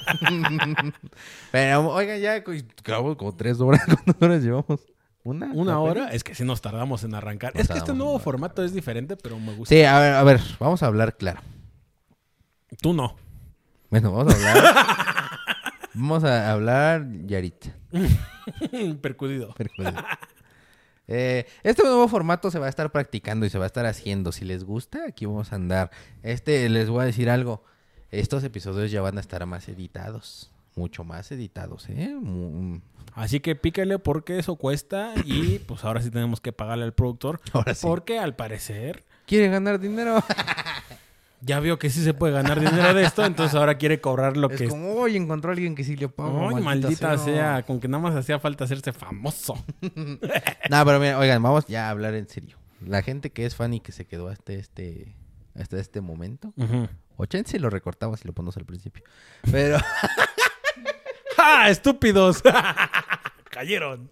Speaker 2: Pero, oiga, ya acabamos como tres horas. ¿Cuántas horas llevamos? ¿Una?
Speaker 1: ¿Una
Speaker 2: ¿Apenas?
Speaker 1: hora? Es que sí nos tardamos en arrancar.
Speaker 2: Nos
Speaker 1: es que este
Speaker 2: tardamos
Speaker 1: nuevo
Speaker 2: en
Speaker 1: formato es diferente, pero me gusta.
Speaker 2: Sí, a ver, a ver, vamos a hablar claro.
Speaker 1: Tú no.
Speaker 2: Bueno, vamos a hablar. Vamos a hablar Yarita.
Speaker 1: Percudido.
Speaker 2: Eh, este nuevo formato se va a estar practicando y se va a estar haciendo. Si les gusta, aquí vamos a andar. Este, les voy a decir algo. Estos episodios ya van a estar más editados. Mucho más editados, ¿eh? Mu-
Speaker 1: Así que pícale porque eso cuesta y pues ahora sí tenemos que pagarle al productor.
Speaker 2: Ahora sí.
Speaker 1: Porque al parecer,
Speaker 2: ¿Quiere ganar dinero?
Speaker 1: ya vio que sí se puede ganar dinero de esto, entonces ahora quiere cobrar lo
Speaker 2: Es
Speaker 1: que...
Speaker 2: como, oye, encontró a alguien que sí le paga.
Speaker 1: Ay, maldita sea, con que nada más hacía falta hacerse famoso.
Speaker 2: No, pero mira, oigan, vamos ya a hablar en serio. La gente que es fan y que se quedó hasta este, hasta este momento,
Speaker 1: Ujú.
Speaker 2: o chance lo recortamos y lo ponemos al principio. Pero...
Speaker 1: ¡Ja! ¡Estúpidos! Cayeron.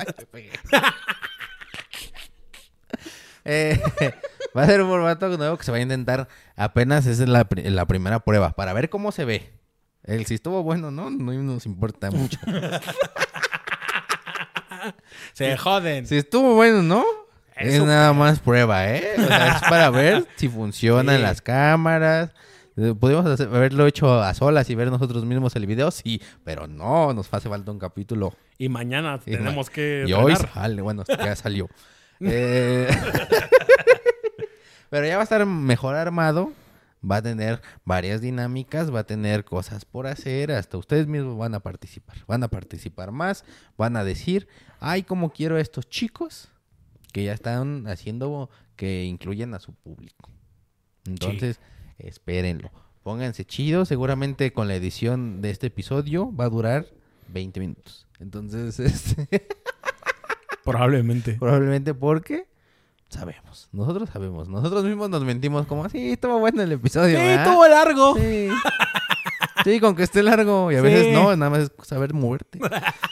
Speaker 2: Eh, va a ser un formato nuevo que se va a intentar. Apenas esa es la, pri- la primera prueba para ver cómo se ve. El si estuvo bueno, no, no nos importa mucho.
Speaker 1: Se joden.
Speaker 2: Si estuvo bueno, no.
Speaker 1: Es
Speaker 2: Es
Speaker 1: un-
Speaker 2: nada más prueba, ¿eh? O sea, es para ver si funcionan
Speaker 1: Sí.
Speaker 2: las cámaras. Eh, Podríamos hacer- haberlo hecho a solas y ver nosotros mismos el video, sí, pero no, nos hace falta un capítulo.
Speaker 1: Y mañana
Speaker 2: Y
Speaker 1: tenemos
Speaker 2: ma-
Speaker 1: que
Speaker 2: Y hoy
Speaker 1: entrenar.
Speaker 2: sale, bueno, ya salió. Eh, Pero ya va a estar mejor armado. Va a tener varias dinámicas, va a tener cosas por hacer. Hasta ustedes mismos van a participar. Van a participar más. Van a decir, ay, cómo quiero a estos chicos que ya están haciendo que incluyan a su público. Entonces, espérenlo. Pónganse chidos. Seguramente con la edición de este episodio va a durar veinte minutos. Entonces, este...
Speaker 1: Probablemente.
Speaker 2: Probablemente porque sabemos, nosotros sabemos, nosotros mismos nos mentimos como, sí, estuvo bueno el episodio,
Speaker 1: Sí,
Speaker 2: ¿verdad?
Speaker 1: estuvo largo.
Speaker 2: Sí. Sí, con que esté largo y a
Speaker 1: Sí.
Speaker 2: veces no, nada más es saber moverte.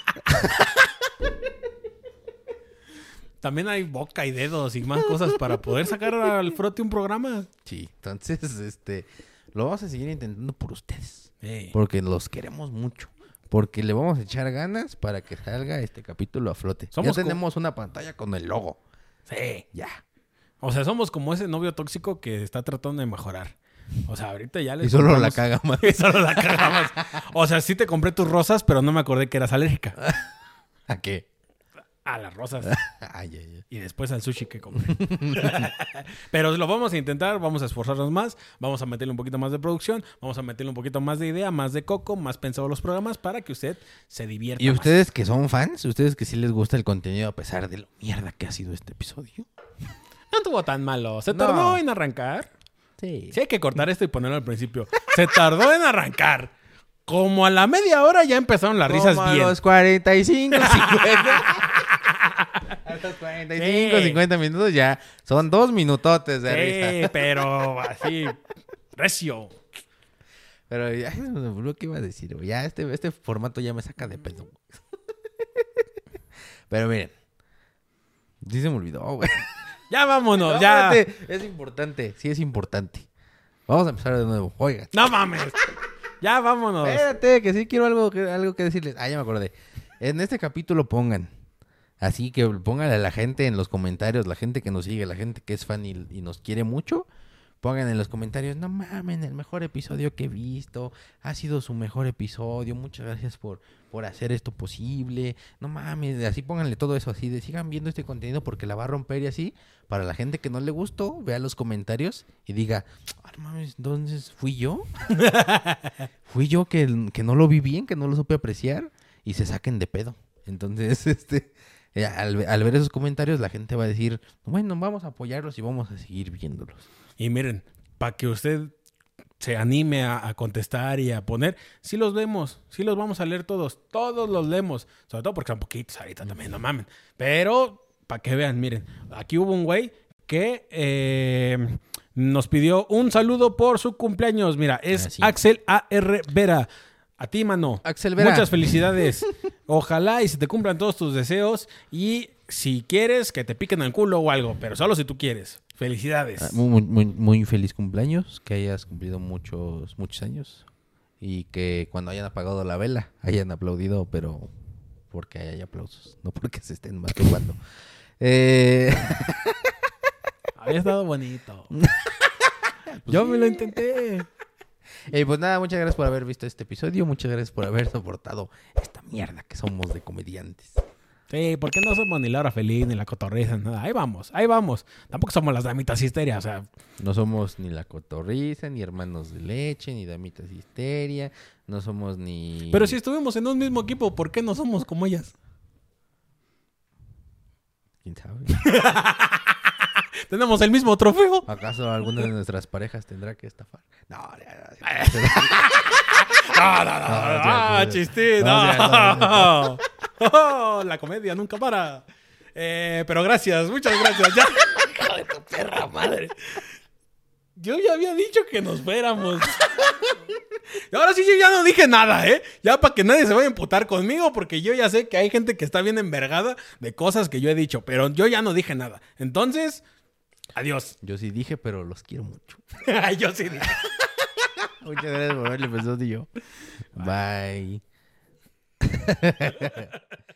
Speaker 1: También hay boca y dedos y más cosas para poder sacar al frote un programa.
Speaker 2: Sí, entonces, este, lo vamos a seguir intentando por ustedes,
Speaker 1: Sí.
Speaker 2: porque los queremos mucho. Porque le vamos a echar ganas para que salga este capítulo a flote.
Speaker 1: Somos
Speaker 2: ya
Speaker 1: co-
Speaker 2: tenemos una pantalla con el logo.
Speaker 1: Sí.
Speaker 2: Ya.
Speaker 1: O sea, somos como ese novio tóxico que está tratando de mejorar. O sea, ahorita ya le
Speaker 2: Y solo la caga más.
Speaker 1: Y solo la cagamos. O sea, sí te compré tus rosas, pero no me acordé que eras alérgica.
Speaker 2: ¿A qué?
Speaker 1: A las rosas.
Speaker 2: Ay, ay, ay.
Speaker 1: Y después al sushi que compré. Pero lo vamos a intentar, vamos a esforzarnos más, vamos a meterle un poquito más de producción, vamos a meterle un poquito más de idea, más de coco, más pensado los programas para que usted se divierta
Speaker 2: ¿Y
Speaker 1: más.
Speaker 2: ustedes que son fans? ¿Ustedes que sí les gusta el contenido a pesar de lo mierda que ha sido este episodio?
Speaker 1: No estuvo tan malo. Se
Speaker 2: No.
Speaker 1: tardó en arrancar.
Speaker 2: Sí.
Speaker 1: Sí hay que cortar esto y ponerlo al principio. Se tardó en arrancar. Como a la media hora ya empezaron las risas
Speaker 2: Como a
Speaker 1: bien.
Speaker 2: los cuarenta y cinco, cincuenta. A los cuarenta y cinco,
Speaker 1: Sí.
Speaker 2: cincuenta minutos ya son dos minutotes de risa.
Speaker 1: Sí, pero así, recio.
Speaker 2: Pero ya, lo que iba a decir, güey. Ya este, este formato ya me saca de pedo. Pero miren. Sí se me olvidó, güey.
Speaker 1: Ya vámonos,
Speaker 2: No,
Speaker 1: ya.
Speaker 2: espérate, es importante, sí es importante. Vamos a empezar de nuevo. Oigan.
Speaker 1: No mames. Ya vámonos.
Speaker 2: Espérate, que sí quiero algo que, algo que decirles. Ah, ya me acordé. En este capítulo pongan. Así que pónganle a la gente en los comentarios, la gente que nos sigue, la gente que es fan y, y nos quiere mucho. Pongan en los comentarios, no mamen, el mejor episodio que he visto. Ha sido su mejor episodio. Muchas gracias por, por hacer esto posible. No mames, así pónganle todo eso así. De sigan viendo este contenido porque la va a romper y así. Para la gente que no le gustó, vea los comentarios y diga, ah, no mames, entonces fui yo. Fui yo que, que no lo vi bien, que no lo supe apreciar. Y se saquen de pedo. Entonces, este... eh, Al, al ver esos comentarios, la gente va a decir, bueno, vamos a apoyarlos y vamos a seguir viéndolos.
Speaker 1: Y miren, para que usted se anime a, a contestar y a poner, sí los vemos, sí los vamos a leer todos, todos los leemos, sobre todo porque son poquitos ahorita también, no mamen. Pero, para que vean, miren, aquí hubo un güey que eh, nos pidió un saludo por su cumpleaños. Mira, es
Speaker 2: Ah, sí.
Speaker 1: Axel A R Vera. A ti, mano.
Speaker 2: Axel Vera.
Speaker 1: Muchas felicidades. Ojalá y se te cumplan todos tus deseos. Y si quieres, que te piquen el culo o algo. Pero solo si tú quieres. Felicidades.
Speaker 2: Ah, Muy, muy, muy feliz cumpleaños, que hayas cumplido muchos, muchos años y que cuando hayan apagado la vela hayan aplaudido, pero porque hay aplausos, no porque se estén masturbando. eh...
Speaker 1: Había estado bonito. Yo me lo intenté.
Speaker 2: Eh, pues nada, muchas gracias por haber visto este episodio, muchas gracias por haber soportado esta mierda que somos de comediantes.
Speaker 1: Sí, porque no somos ni Laura Feliz ni la Cotorriza, nada. Ahí vamos, ahí vamos. Tampoco somos las damitas histeria, o sea.
Speaker 2: No somos ni la cotorriza, ni hermanos de leche, ni damitas histeria, no somos ni...
Speaker 1: Pero si estuvimos en un mismo equipo, ¿por qué no somos como ellas?
Speaker 2: ¿Quién sabe?
Speaker 1: Tenemos el mismo trofeo.
Speaker 2: ¿Acaso alguna de nuestras parejas tendrá que estafar? No, ya, ya,
Speaker 1: No, no, no.
Speaker 2: No,
Speaker 1: Ah,
Speaker 2: ya,
Speaker 1: chiste.
Speaker 2: no,
Speaker 1: No.
Speaker 2: ya, no,
Speaker 1: Oh, la comedia nunca para. Eh, pero gracias, muchas gracias. Ya. Hijo de tu perra madre. Yo ya había dicho que nos fuéramos. Y ahora sí yo ya no dije nada, ¿eh? Ya para que nadie se vaya a emputar conmigo, porque yo ya sé que hay gente que está bien envergada de cosas que yo he dicho, pero yo ya no dije nada. Entonces, adiós.
Speaker 2: Yo sí dije, pero los quiero mucho.
Speaker 1: Yo sí dije.
Speaker 2: Muchas gracias por ver el episodio. Bye.